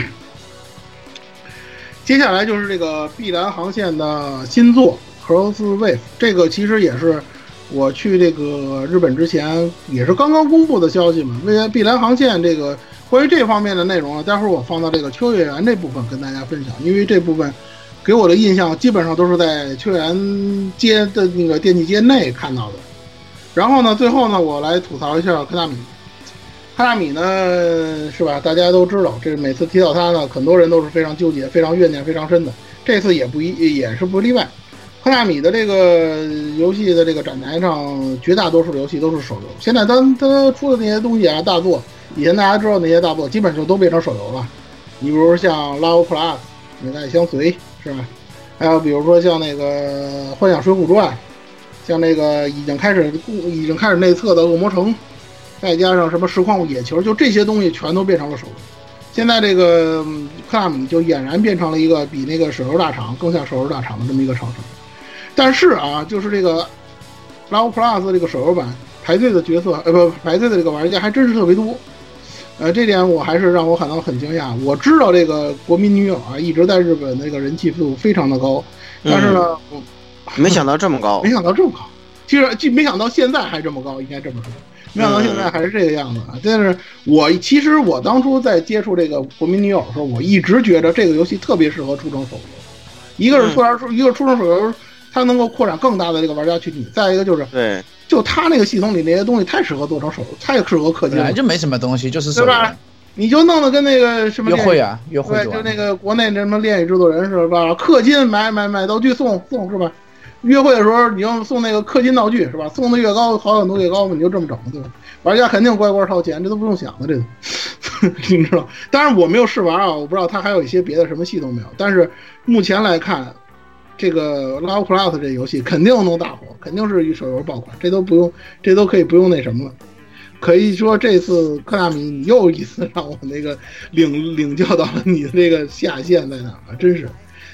接下来就是这个碧蓝航线的新作 Crosswave， 这个其实也是我去这个日本之前也是刚刚公布的消息嘛。为碧蓝航线这个关于这方面的内容呢，待会儿我放到这个秋叶原这部分跟大家分享，因为这部分给我的印象基本上都是在秋叶原街的那个电器街内看到的。然后呢，最后呢，我来吐槽一下科纳米。科纳米呢，是吧？大家都知道，这每次提到它呢，很多人都是非常纠结、非常怨念、非常深的。这次也是不例外。科纳米的这个游戏的这个展台上，绝大多数的游戏都是手游。现在它出的那些东西啊，大作，以前大家知道那些大作，基本上都变成手游了。你比如像 Love Plus、美代相随，是吧？还有比如说像那个幻想水浒传，像那个已经开始内测的恶魔城。再加上什么实况物野球，就这些东西全都变成了手游。现在这个科纳米就俨然变成了一个比那个手游大厂更像手游大厂的这么一个厂商。但是啊，就是这个 Love Plus 这个手游版排队的角色，排队的这个玩家还真是特别多。这点我还是让我感到很惊讶。我知道这个国民女友啊一直在日本那个人气度非常的高，但是呢， 没想到这么高， 其实没想到现在还这么高，应该这么说。没想到现在还是这个样子啊！但是其实我当初在接触这个国民女友的时候，我一直觉得这个游戏特别适合出成手游。一个是出成手游，它能够扩展更大的这个玩家群体；再一个就是， 对， 就它那个系统里那些东西太适合做成手游，太适合氪金了。 本来就没什么东西，就是手游， 对吧？你就弄得跟那个什么约会啊，约会对，就那个国内什么恋与制作人是吧？氪金买道具送是吧？约会的时候你要送那个氪金道具是吧？送的越高，好感度越高，你就这么整对吧？玩家肯定乖乖掏钱，这都不用想的，这个你知道。当然我没有试玩啊，我不知道它还有一些别的什么系统没有。但是目前来看，这个 Love Plus 这游戏肯定能大火，肯定是以手游爆款，这都可以不用那什么了。可以说这次科纳米你又一次让我那个领教到了你的这个下限在哪啊，真是。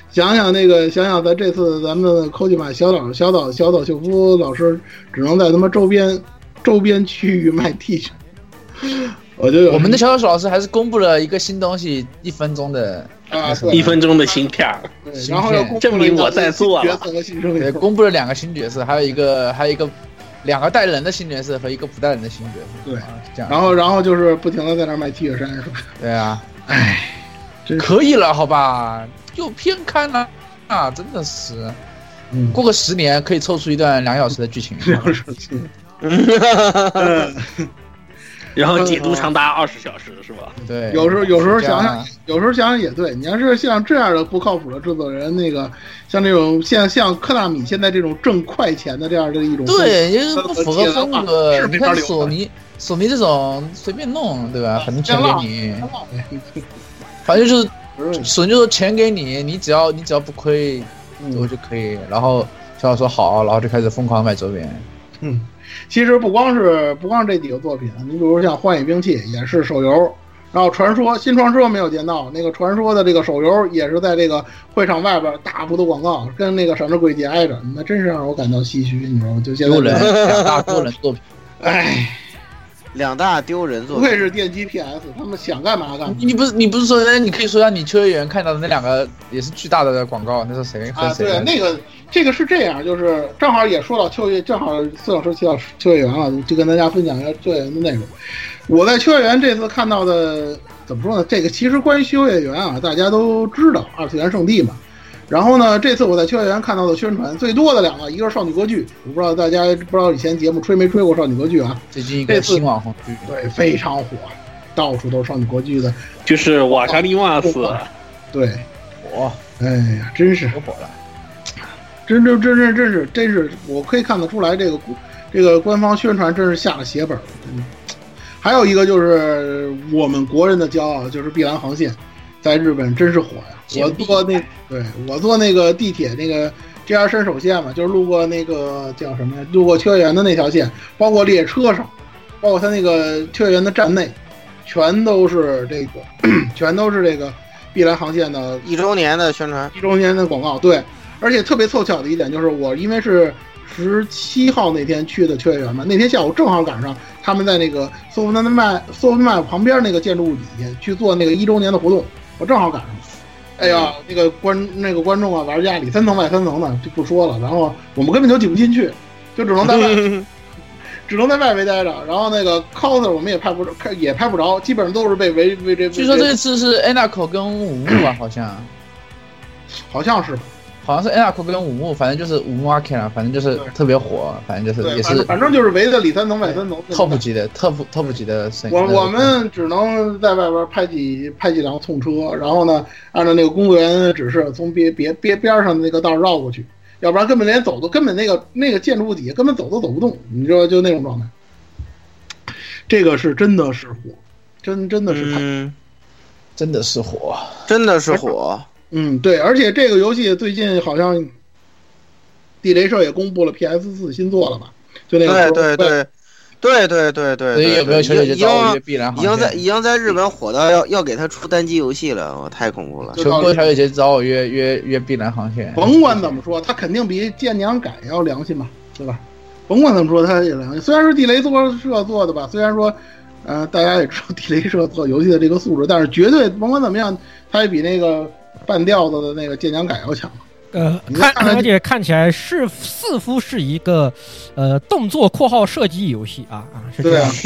想想咱这次咱们抠去买小岛秀夫老师只能在他妈周边区域卖 T 恤。我们的小老师还是公布了一个新东西，1分钟的 1分钟的芯片， 然后证明我在做了。 对，公布了2个新角色，还有一个2个带人的新角色和一个不带人的新角色。 对， 这样。 然后就是不停的在那卖 T 恤衫，是吧？ 对啊， 唉， 可以了，好吧？又偏刊了啊，真的是。过个10年可以凑出一段2小时的剧情。 2小时。 然后解读长达20小时，是吧？ 对， 有时候想想也对。你要是像这样的不靠谱的制作人，那个像这种像科纳米现在这种挣快钱的这样的一种， 对，也不符合风格。你看索尼这种随便弄，对吧？反正钱给你，反正就是索尼就说钱给你，你只要不亏，我就可以。然后小岛说好，然后就开始疯狂买周边。 其实不光是这几个作品，你比如像《幻影兵器》也是手游，然后新传说没有见到，那个传说的这个手游也是在这个会场外边大幅的广告，跟那个闪之轨迹挨着，那真是让我感到唏嘘，你知道吗？就现在 2大丢人作品， 唉 ，2大丢人作品， 不愧是电击 PS， 他们想干嘛干嘛。 你不是说，你可以说下你秋叶原看到的那2个也是巨大的广告，那是谁和谁？ 对，这个是这样，就是正好也说到正好4小时提到秋叶原了，就跟大家分享一下秋叶原的内容。我在秋叶原这次看到的，怎么说呢？这个其实关于秋叶原啊，大家都知道，2次元圣地嘛。然后呢，这次我在秋叶原看到的宣传最多的2个，一个是少女歌剧，我不知道大家不知道以前节目吹没吹过少女歌剧啊？ 最近一个新网红剧， 对，非常火，到处都是少女歌剧的， 就是瓦莎利瓦斯， 对， 火， 哎呀，真是火了。 真是，我可以看得出来，这个官方宣传真是下了血本。还有一个就是我们国人的骄傲，就是碧蓝航线，在日本真是火呀！我坐那个地铁那个 JR 山手线嘛，就是路过那个叫什么呀？路过秋叶原的那条线，包括列车上，包括它那个秋叶原的站内，全都是这个碧蓝航线的 1周年的宣传 ，1周年的广告，对。而且特别凑巧的一点就是，我因为是17号那天去的秋叶原嘛，那天下午正好赶上他们在那个索夫纳麦旁边那个建筑物底下去做那个1周年的活动，我正好赶上。哎呀，那个观众啊，玩家里3层外3层的就不说了，然后我们根本就挤不进去，就只能在外围待着。然后那个 coser 我们也拍不着，基本上都是被围这。 据说这次是 Anako 跟武木吧，好像是。好像是 Anako 跟武木，反正就是武木 Arcane 啊，反正就是特别火，反正就是也是， 反正就是围着里3层外3层 ，top 级的 top 级的声音。 我们只能在外边拍几辆冲车，然后呢，按照那个工作人员的指示，从边上的那个道绕过去，要不然根本那个建筑物底下根本走都走不动，你知道就那种状态。这个是真的是火，真的是真的是火， 真的是火。 对，而且这个游戏最近好像地雷社也公布了 PS4 新作了吧？就那个对， 所以有没有已经在日本火到要给他出单机游戏了，我太恐怖了。 求哥小姐姐找我约碧蓝航线。 甭管怎么说，他肯定比剑娘改要良心吧，对吧？甭管怎么说，他也良心。虽然是地雷社做的吧，虽然说大家也知道地雷社做游戏的这个素质，但是绝对甭管怎么样，他也比那个半吊子的那个剑娘改要强。 而且看起来似乎是一个动作括号射击游戏啊，是这样。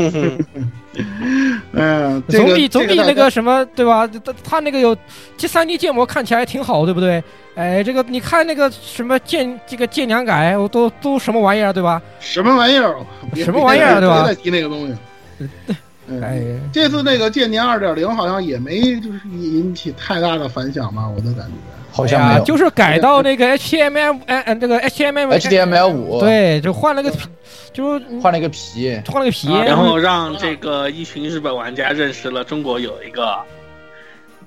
总比那个什么对吧？他那个有3D 建模看起来挺好，对不对？哎，这个你看那个什么剑娘改都什么玩意儿对吧？ 什么玩意儿对吧？ 别再提那个东西。这次那个剑娘 2.0 好像也没就是引起太大的反响吧，我的感觉。 好像没有， 就是改到那个 HTML 这个 HTML5， 对，就换了个皮， 然后让这个一群日本玩家认识了中国有一个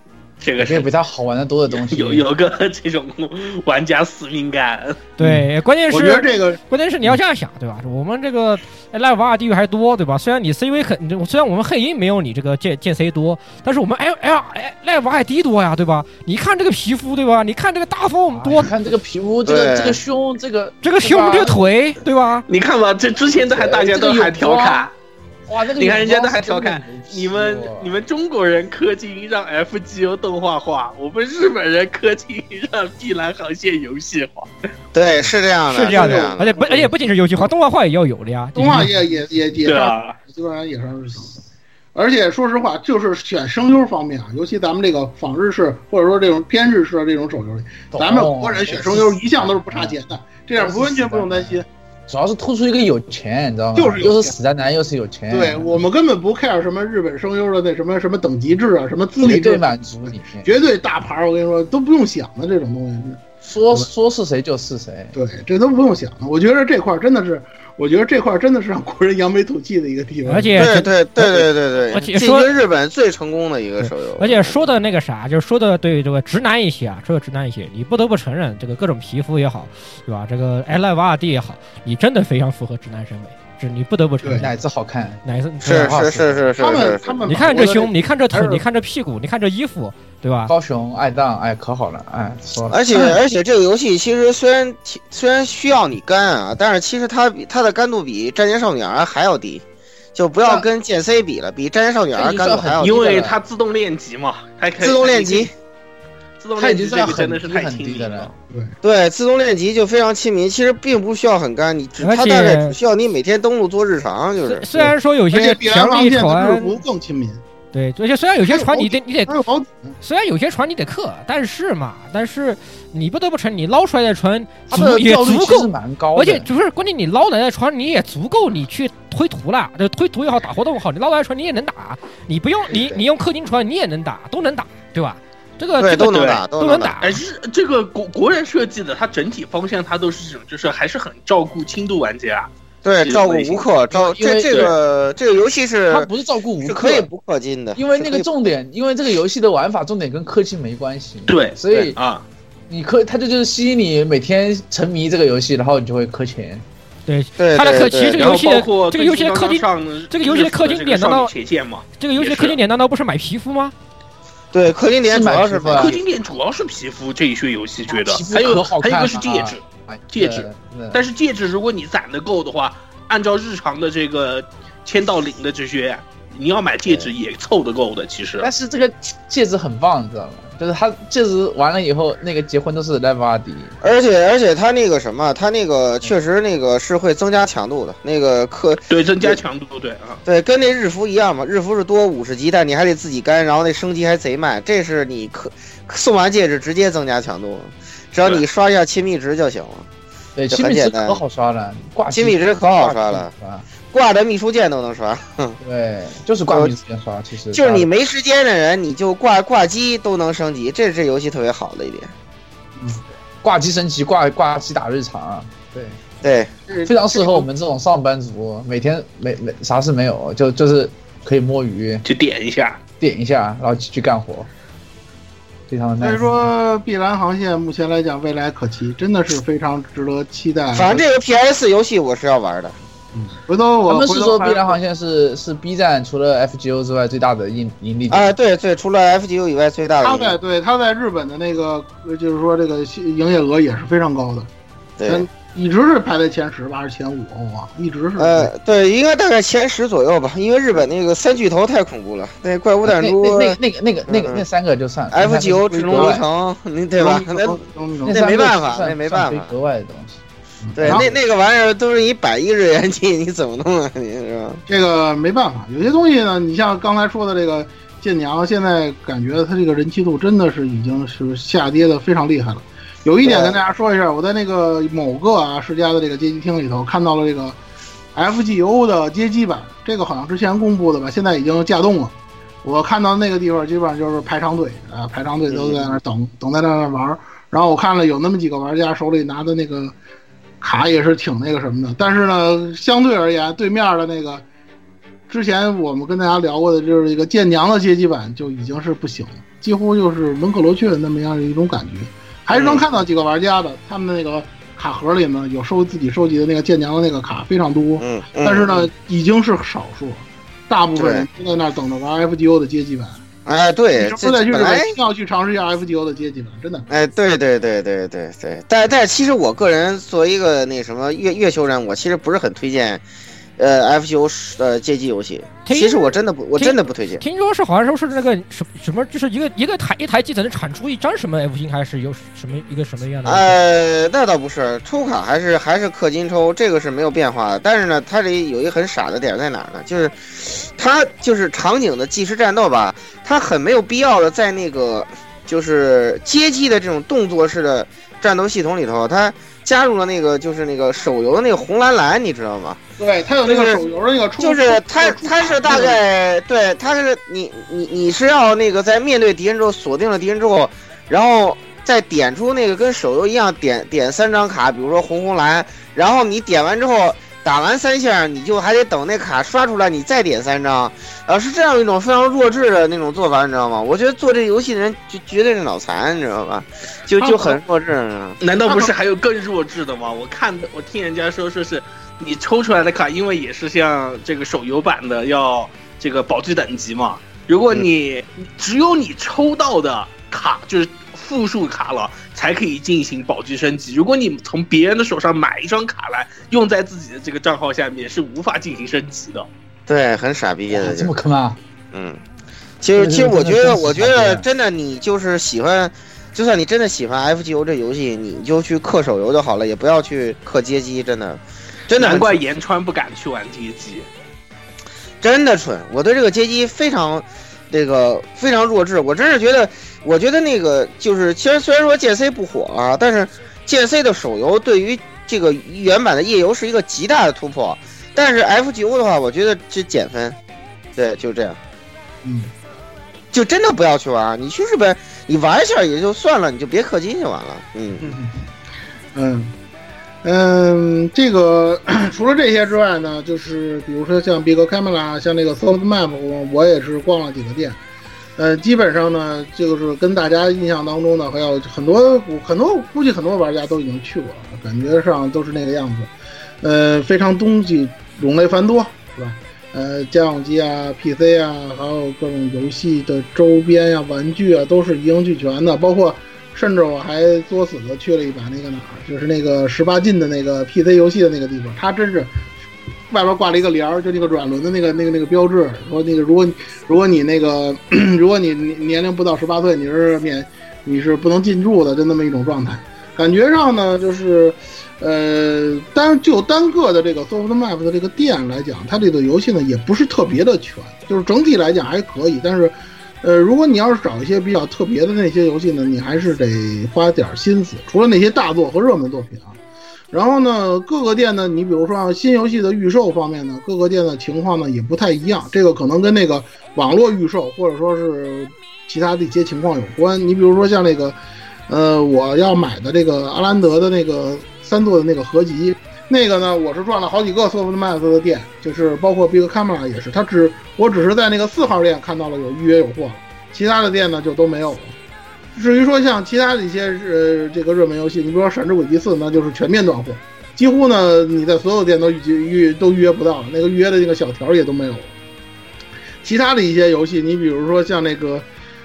这个是比它好玩的多的东西， 有个这种玩家使命感。 对，关键是我觉得这个， 关键是你要这样想，对吧？我们这个 Live R 地域还多，对吧？虽然你 CV 虽然我们黑银没有你这个剑 C 多，但是我们 Live R D 多呀，对吧？你看这个皮肤，对吧？你看这个大缝多， 看这个皮肤，这个胸，这个胸，这个腿，对吧？ 你看吧，这之前大家都还调侃。 哇，那个你看人家都还调侃你们中国人氪金让 FGO 动画化，我们日本人氪金让碧蓝航线游戏化。 对，是这样的， 是这样的，而且不仅是游戏化，动画化也要有的呀。 动画也对啊， 基本上也是。而且说实话，就是选声优方面啊，尤其咱们这个仿日式或者说这种偏日式的这种手游里，咱们国人选声优一向都是不差钱的，这样完全不用担心。 主要是突出一个有钱，你知道吗？ 就是又是死宅男，又是有钱。 对，我们根本不 care 什么日本声优的那什么等级制啊，什么资历制， 满足你， 绝对大牌，我跟你说都不用想的这种东西。 说是谁就是谁， 对，这都不用想的。我觉得这块真的是让国人扬眉吐气的一个地方。 而且对， 而且说日本最成功的一个手游。 而且说的那个啥，就是说的对这个直男一些啊，说的直男一些，你不得不承认，这个各种皮肤也好，对吧？这个 Live R D 也好，你真的非常符合直男审美。你不得不承认， 奶子好看， 奶子是。 他们你看这胸，你看这腿，你看这屁股，你看这衣服，对吧？ 高雄爱当，哎，可好了，哎，说了。 而且这个游戏其实虽然需要你干啊，但是其实它的干度比战舰少女 R 还要低，就不要跟剑 C 比了，比战舰少女 R 干度还要低。 因为它自动练级嘛，它可以自动练级。 它已经这个真的是太亲民了， 对，自动练级就非常亲民，其实并不需要很干，它大概只需要你每天登录做日常，就是。 虽然说有些强力传更亲民， 对，而且虽然有些船你得，虽然有些船你得氪，但是你不得不承认，你捞出来的船也足够蛮高， 而且就是关键，你捞来的船你也足够你去推图了，这推图也好，打活动也好，你捞来的船你也能打，你不用你用氪金船你也能打，都能打，对吧？这个都能打， 而是这个国人设计的，它整体方向它都是这种，就是还是很照顾轻度玩家。 对，照顾无氪，这个游戏是它不是照顾无氪， 是可以不氪金的， 因为那个重点，因为这个游戏的玩法重点跟氪金没关系。 对， 所以啊，它就是吸引你每天沉迷这个游戏，然后你就会氪钱。 对，它的其实这个游戏的氪金，这个游戏的氪金点难道不是买皮肤吗？ 对，氪金点主要是氪金点主要是皮肤这一些游戏觉得，还有一个是戒指，但是戒指如果你攒的够的话，按照日常的这个签到领的这些，你要买戒指也凑得够的，其实。 但是这个戒指很棒，你知道吗？就是他戒指完了以后，那个结婚都是 Live R D， 而且他那个什么，他那个确实那个是会增加强度的，那个对增加强度，对啊， 对，跟那日服一样嘛，日服是多50级，但你还得自己干，然后那升级还贼慢，这是你送完戒指直接增加强度，只要你刷一下亲密值就行了。 对，亲密值可好刷了， 亲密值可好刷了。挂的秘书键都能刷， 对，就是挂秘书键刷，其实就是你没时间的人，你就挂机都能升级，这是这游戏特别好的一点。 挂机升级，挂机打日常， 对， 非常适合我们这种上班族，每天没啥事没有，就是可以摸鱼， 就点一下， 然后继续干活，非常的耐。 所以说，碧蓝航线目前来讲未来可期，真的是非常值得期待。 反正这个 PS 游戏我是要玩的。 回头他们是说碧蓝航线是 B 站除了 FGO 之外最大的盈利啊，对，除了 FGO 以外最大的。 他在日本的那个就是说这个营业额也是非常高的， 对， 一直是排在前10吧，还是前5啊？一直是。 对，应该大概前10左右吧，因为日本那个3巨头太恐怖了，那怪物弹珠， 那3个就算 FGO 智龙迷城，对吧？那没办法，那没办法， 额外的东西。 对，那个玩意儿都是你100亿日元进，你怎么弄啊？你是吧？ 这个没办法，有些东西呢，你像刚才说的这个剑娘，现在感觉它这个人气度真的是已经是下跌的非常厉害了。有一点跟大家说一下，我在那个某个世嘉的这个街机厅里头看到了这个 FGO 的街机版，这个好像之前公布的吧，现在已经架动了。我看到那个地方基本上就是排长队啊，排长队都在那等在那玩。然后我看了有那么几个玩家手里拿的那个卡也是挺那个什么的，但是呢，相对而言，对面的那个之前我们跟大家聊过的就是这个剑娘的街机版就已经是不行了。 几乎就是门可罗雀的那么样的一种感觉。还是能看到几个玩家的，他们的那个卡盒里呢有自己收集的那个剑娘的那个卡非常多，但是呢已经是少数了，大部分人都在那等着玩 FGO 的街机版。 哎，对， 这在去日本一定要去尝试一下 FGO 的街机版，真的。 哎，对。但其实我个人作为一个那什么月球人，我其实不是很推荐。FGO 街机游戏，其实我真的不推荐。 听说是好像说是那个什么，就是一台机才能产出一张什么 F 星，还是有什么一个什么样的？那倒不是，抽卡还是氪金抽，这个是没有变化的。但是呢，它这有一个很傻的点在哪儿呢？就是它就是场景的即时战斗吧，它很没有必要的在那个就是街机的这种动作式的战斗系统里头，它加入了那个就是那个手游的那个红蓝蓝，你知道吗？ 对，它有那个手游的那个就是它是大概对，它是你是要那个在面对敌人之后锁定了敌人之后，然后再点出那个跟手游一样点3张卡，比如说红蓝，然后你点完之后打完3下，你就还得等那卡刷出来，你再点3张，是这样一种非常弱智的那种做法，你知道吗？我觉得做这游戏的人就绝对是脑残，你知道吧？就很弱智。 难道不是还有更弱智的吗？我听人家说是你抽出来的卡，因为也是像这个手游版的要这个宝具等级嘛。如果你只有你抽到的卡就是复数卡了，才可以进行宝具升级。如果你从别人的手上买一张卡来用在自己的这个账号下面，是无法进行升级的。 对，很傻逼的。 这么坑啊？ 其实我觉得真的，你就是喜欢，就算你真的喜欢 FGO 这游戏，你就去氪手游就好了，也不要去氪街机，真的难怪岩川不敢去玩街机， 真的蠢。我对这个街机非常弱智，我真是觉得，我觉得那个就是虽然说剑 C 不火啊，但是剑 C 的手游对于这个原版的页游是一个极大的突破。但是 FGO 的话，我觉得是减分，对，就这样。就真的不要去玩，你去日本你玩一下也就算了，你就别氪金就完了。 这个除了这些之外呢，就是比如说像 Big Camera， 像那个 Softmap， 我也是逛了几个店。基本上呢，就是跟大家印象当中呢，还有很多估计很多玩家都已经去过了，感觉上都是那个样子。非常东西种类繁多，是吧？家用机啊、PC 啊，还有各种游戏的周边呀、玩具啊，都是一应俱全的。包括甚至我还作死的去了一把那个哪儿，就是那个18禁的那个 PC 游戏的那个地方，它真是外边挂了一个帘儿，就那个软轮的那个标志，说那个如果你那个如果你年龄不到18岁，你是不能进驻的，就那么一种状态。感觉上呢，就是单个的这个 Softmap 的这个店来讲，它这个游戏呢也不是特别的全，就是整体来讲还可以，但是如果你要是找一些比较特别的那些游戏呢，你还是得花点心思，除了那些大作和热门作品啊。然后呢，各个店呢，你比如说新游戏的预售方面呢，各个店的情况呢也不太一样，这个可能跟那个网络预售或者说是其他的一些情况有关。你比如说像那个我要买的这个阿兰德的那个3座的那个合集，那个呢我是转了好几个 Softmap 的店，就是包括 Big Camera 也是，我只是在那个4号店看到了有预约有货，其他的店呢就都没有了。至于说像其他的一些这个热门游戏，你比如说《闪之轨迹4》，那就是全面断货，几乎呢你在所有店都预约不到，那个预约的那个小条也都没有了。其他的一些游戏，你比如说像那个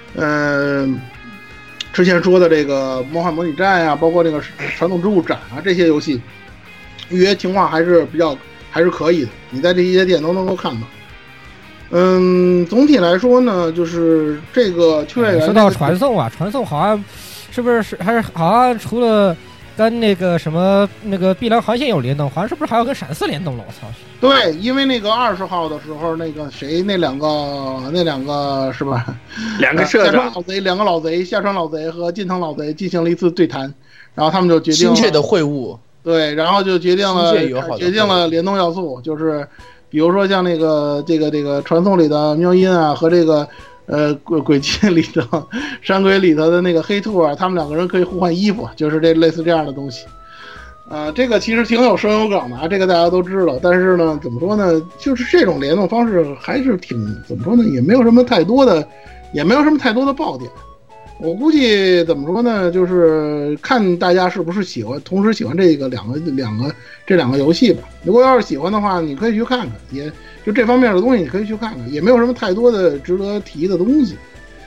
之前说的这个《魔幻模拟战》呀，包括这个《传统之物展》啊，这些游戏预约情况还是可以的，你在这些店都能够看到。总体来说呢，就是这个秋叶原说到传送啊，传送好像是不是还是好像除了跟那个什么那个碧蓝航线有联动，好像是不是还要跟闪4联动了？我操！ 对，因为那个20号的时候，那个谁那两个是吧？ 两个社长两个老贼，下川老贼和近藤老贼进行了一次对谈，然后他们就决定亲切的会晤。 对，然后就决定了联动要素，就是比如说像那个这个传送里的喵音啊，和这个轨迹里的山鬼里头的那个黑兔啊，他们两个人可以互换衣服，就是类似这样的东西。这个其实挺有声有梗的啊，这个大家都知道。但是呢，怎么说呢，就是这种联动方式还是挺怎么说呢，也没有什么太多的爆点。 我估计怎么说呢，就是看大家是不是喜欢，同时喜欢这两个游戏吧。如果要是喜欢的话，你可以去看看，也就这方面的东西你可以去看看，也没有什么太多的值得提的东西。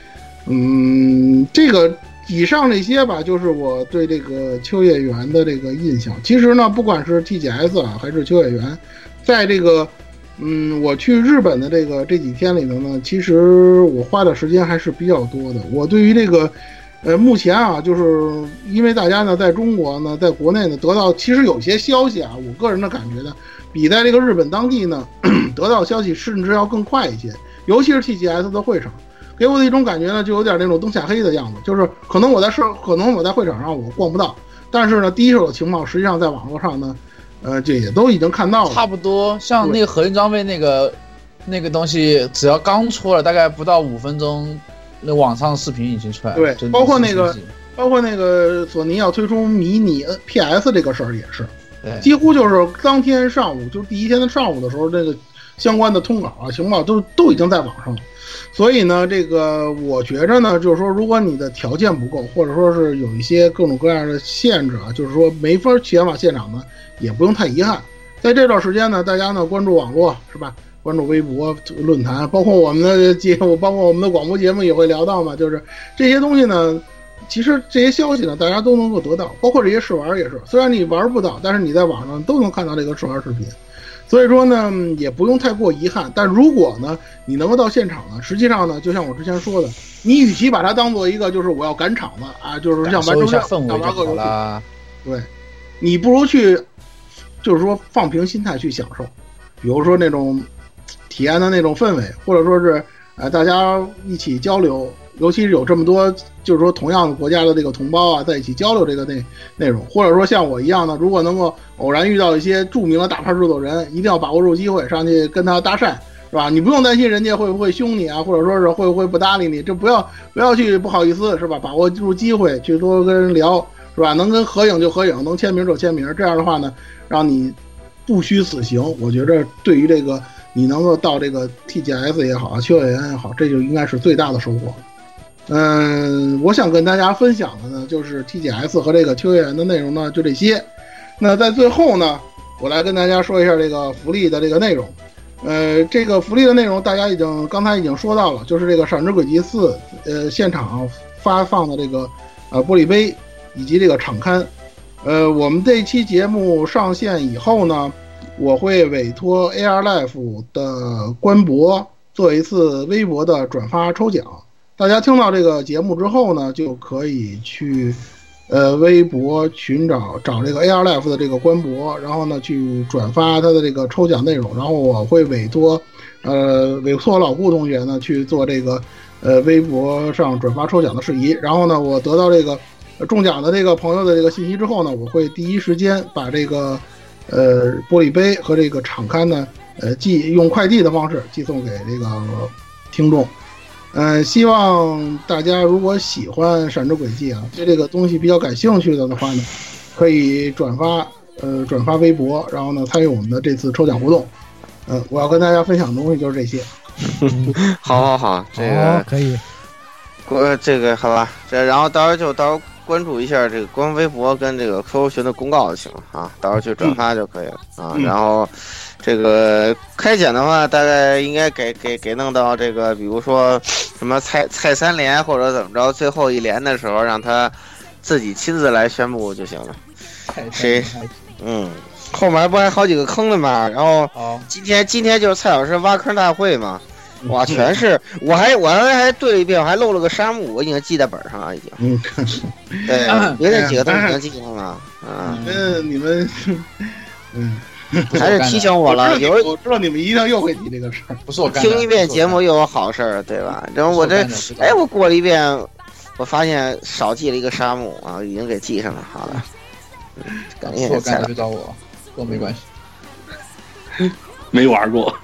这个以上这些吧，就是我对这个秋叶原的这个印象。其实呢，不管是 TGS 啊，还是秋叶原，在这个我去日本的这几天里头呢，其实我花的时间还是比较多的。我对于这个目前啊，就是因为大家呢在中国呢，在国内呢得到其实有些消息啊，我个人的感觉呢，比在这个日本当地呢得到消息甚至要更快一些，尤其是 TGS 的会场。给我的一种感觉呢，就有点那种灯下黑的样子，就是可能我在会场上我逛不到，但是呢，第一手的情报实际上在网络上呢，这也都已经看到了。 差不多，像那个合金装备那个东西，只要刚出了，大概不到5分钟，那网上视频已经出来了。 对，包括那个索尼要推出迷你 PS 这个事儿也是，几乎就是当天上午，就第一天的上午的时候，这个相关的通稿啊、情报都已经在网上了。所以呢，这个我觉着呢，就是说，如果你的条件不够，或者说是有一些各种各样的限制啊，就是说没法前往现场呢，也不用太遗憾。在这段时间呢，大家呢关注网络是吧？关注微博、论坛，包括我们的节目，包括我们的广播节目也会聊到嘛。就是这些东西呢，其实这些消息呢，大家都能够得到，包括这些试玩也是。虽然你玩不到，但是你在网上都能看到这个试玩视频。所以说呢，也不用太过遗憾。但如果呢，你能够到现场呢，实际上呢，就像我之前说的，你与其把它当做一个就是我要赶场子啊，就是像完成任务、打玩个游戏，对，你不如去，就是说放平心态去享受，比如说那种体验的那种氛围，或者说是大家一起交流，尤其是有这么多就是说同样的国家的这个同胞啊，在一起交流这个内容，或者说像我一样的，如果能够偶然遇到一些著名的大牌制作人，一定要把握住机会上去跟他搭讪，是吧？你不用担心人家会不会凶你啊，或者说是会不会不搭理你，这不要去不好意思，是吧？把握住机会去多跟人聊，是吧？能跟合影就合影，能签名就签名，这样的话呢，让你不虚此行。我觉得对于这个你能够到这个 TGS 也好啊，秋叶原也好，这就应该是最大的收获。我想跟大家分享的呢，就是 TGS 和这个秋叶原的内容呢，就这些。那在最后呢，我来跟大家说一下这个福利的这个内容。这个福利的内容大家刚才已经说到了，就是这个《闪之轨迹4》现场发放的这个玻璃杯以及这个场刊。我们这期节目上线以后呢，我会委托 AR Life 的官博做一次微博的转发抽奖。大家听到这个节目之后呢，就可以去微博找这个 AR Life 的这个官博，然后呢去转发它的这个抽奖内容，然后我会委托老顾同学呢去做这个微博上转发抽奖的事宜。然后呢，我得到这个中奖的这个朋友的这个信息之后呢，我会第一时间把这个玻璃杯和这个场刊呢用快递的方式寄送给这个听众。希望大家如果喜欢闪之轨迹啊，对这个东西比较感兴趣的话呢，可以转发微博，然后呢参与我们的这次抽奖活动。我要跟大家分享的东西就是这些。 好，这个可以。 这个好吧，然后到时候关注一下这个官方微博跟这个 QQ 群的公告就行了啊，到时候去转发就可以了啊。然后这个开奖的话，大概应该给弄到这个，比如说什么蔡3连或者怎么着，最后一连的时候让他自己亲自来宣布就行了。谁？后面不还好几个坑的嘛？然后今天就是蔡老师挖坑大会嘛。哇，全是！我还对了一遍，我还漏了个沙漠，我已经记在本上了，已经。对，有那几个都已经记上了。 你们， 还是提醒我了。 我知道你们一定又会提这个事儿， 不是我干的。 听一遍节目又有好事儿，对吧？然后我过了一遍，我发现少记了一个沙漠啊，已经给记上了。好了， 感谢我干的就找我，跟我没关系。 没玩过。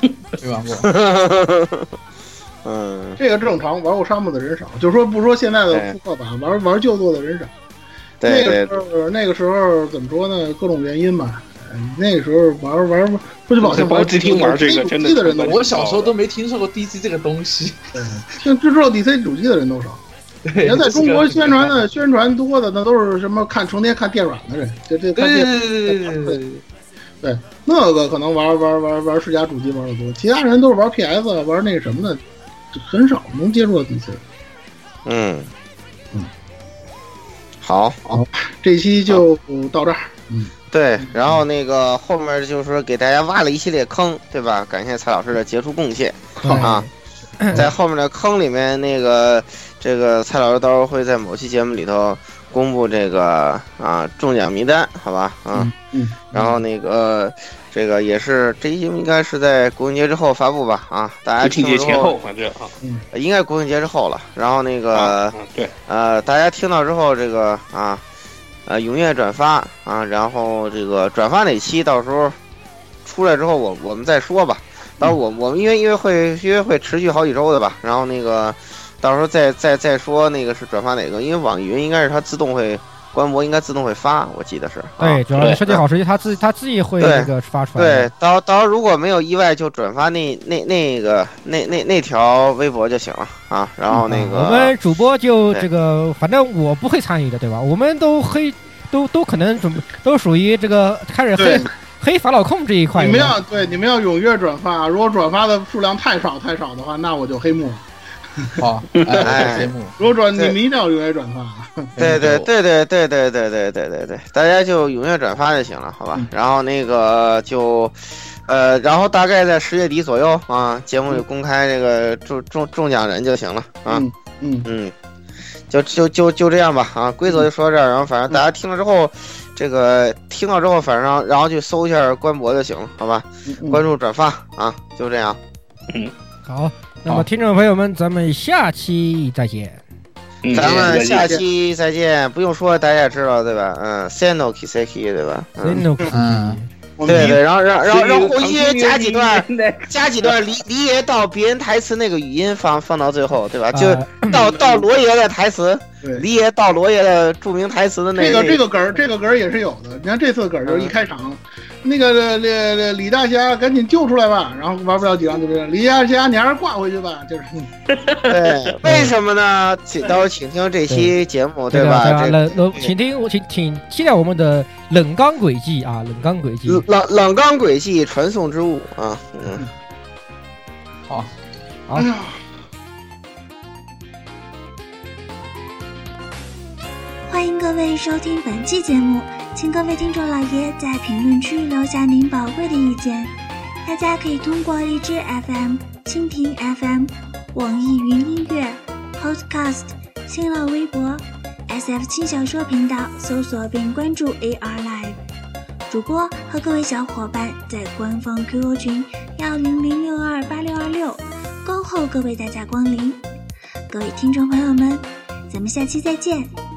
这个正常，玩过沙漠的人少，就说不说现在的复刻版，玩旧作的人少。 对， 那个时候怎么说呢？各种原因吧。那个时候玩不就好像玩机厅玩这个真的， 我小时候都没听说过 DC 这个东西。 像就知道 DC 主机的人都少。 人在中国宣传多的那都是什么成天看电软的人，这看电对，那个可能玩世嘉主机玩的多，其他人都是玩 PS 玩那个什么的，很少能接触到 PC。 好， 这期就到这儿。 对，然后那个后面就是说给大家挖了一系列坑，对吧？感谢蔡老师的杰出贡献啊！在后面的坑里面，这个蔡老师到时候会在某期节目里头公布这个中奖名单，好吧？然后这个也是这一节目应该是在国庆节之后发布吧？大家听节前后反正应该国庆节之后了。然后对，大家听到之后这个踊跃转发然后这个转发哪期到时候出来之后我们再说吧。到时候我们因为会持续好几周的吧，然后到时候再说那个是转发哪个，因为网易云应该是它自动会官博应该自动会发，我记得是。 对，主要设计好时机，它自己会那个发出来。 对，到时候如果没有意外，就转发那条微博就行了然后我们主播就这个，反正我不会参与的，对吧？我们都可能都属于这个开始黑法老控这一块。 你们要踊跃转发，如果转发的数量太少的话，那我就黑幕。 好，黑幕。 如果你们一定要踊跃转发。 对，大家就踊跃转发就行了，好吧？然后然后大概在10月底左右节目里公开这个中奖人就行了就这样吧规则就说到这儿，然后反正大家听了之后。听到之后，反正然后去搜一下官博就行了，好吧？关注转发就这样。 好，那么听众朋友们，咱们下期再见。 咱们下期再见，不用说，大家也知道对吧？Seno Kiseki 对吧对，然后回去加几段离爷到别人台词那个语音放到最后，对吧？就到罗爷的台词，离爷到罗爷的著名台词的那个这个梗也是有的。你看这次梗就是一开场，那个李大侠赶紧救出来吧，然后玩不了几张就这样，李大侠你还是挂回去吧，就是。 对，为什么呢？到时候请听这期节目，对吧？ 请期待我们的冷钢轨迹冷钢轨迹。 冷钢轨迹传送之物好。 欢迎各位收听本期节目，请各位听众老爷在评论区留下您宝贵的意见。大家可以通过荔枝 FM、蜻蜓 FM、网易云音乐、Podcast、新浪微博、SF 轻小说频道搜索并关注 AR Live。主播和各位小伙伴在官方 QQ 群100628626恭候各位大驾光临。各位听众朋友们，咱们下期再见。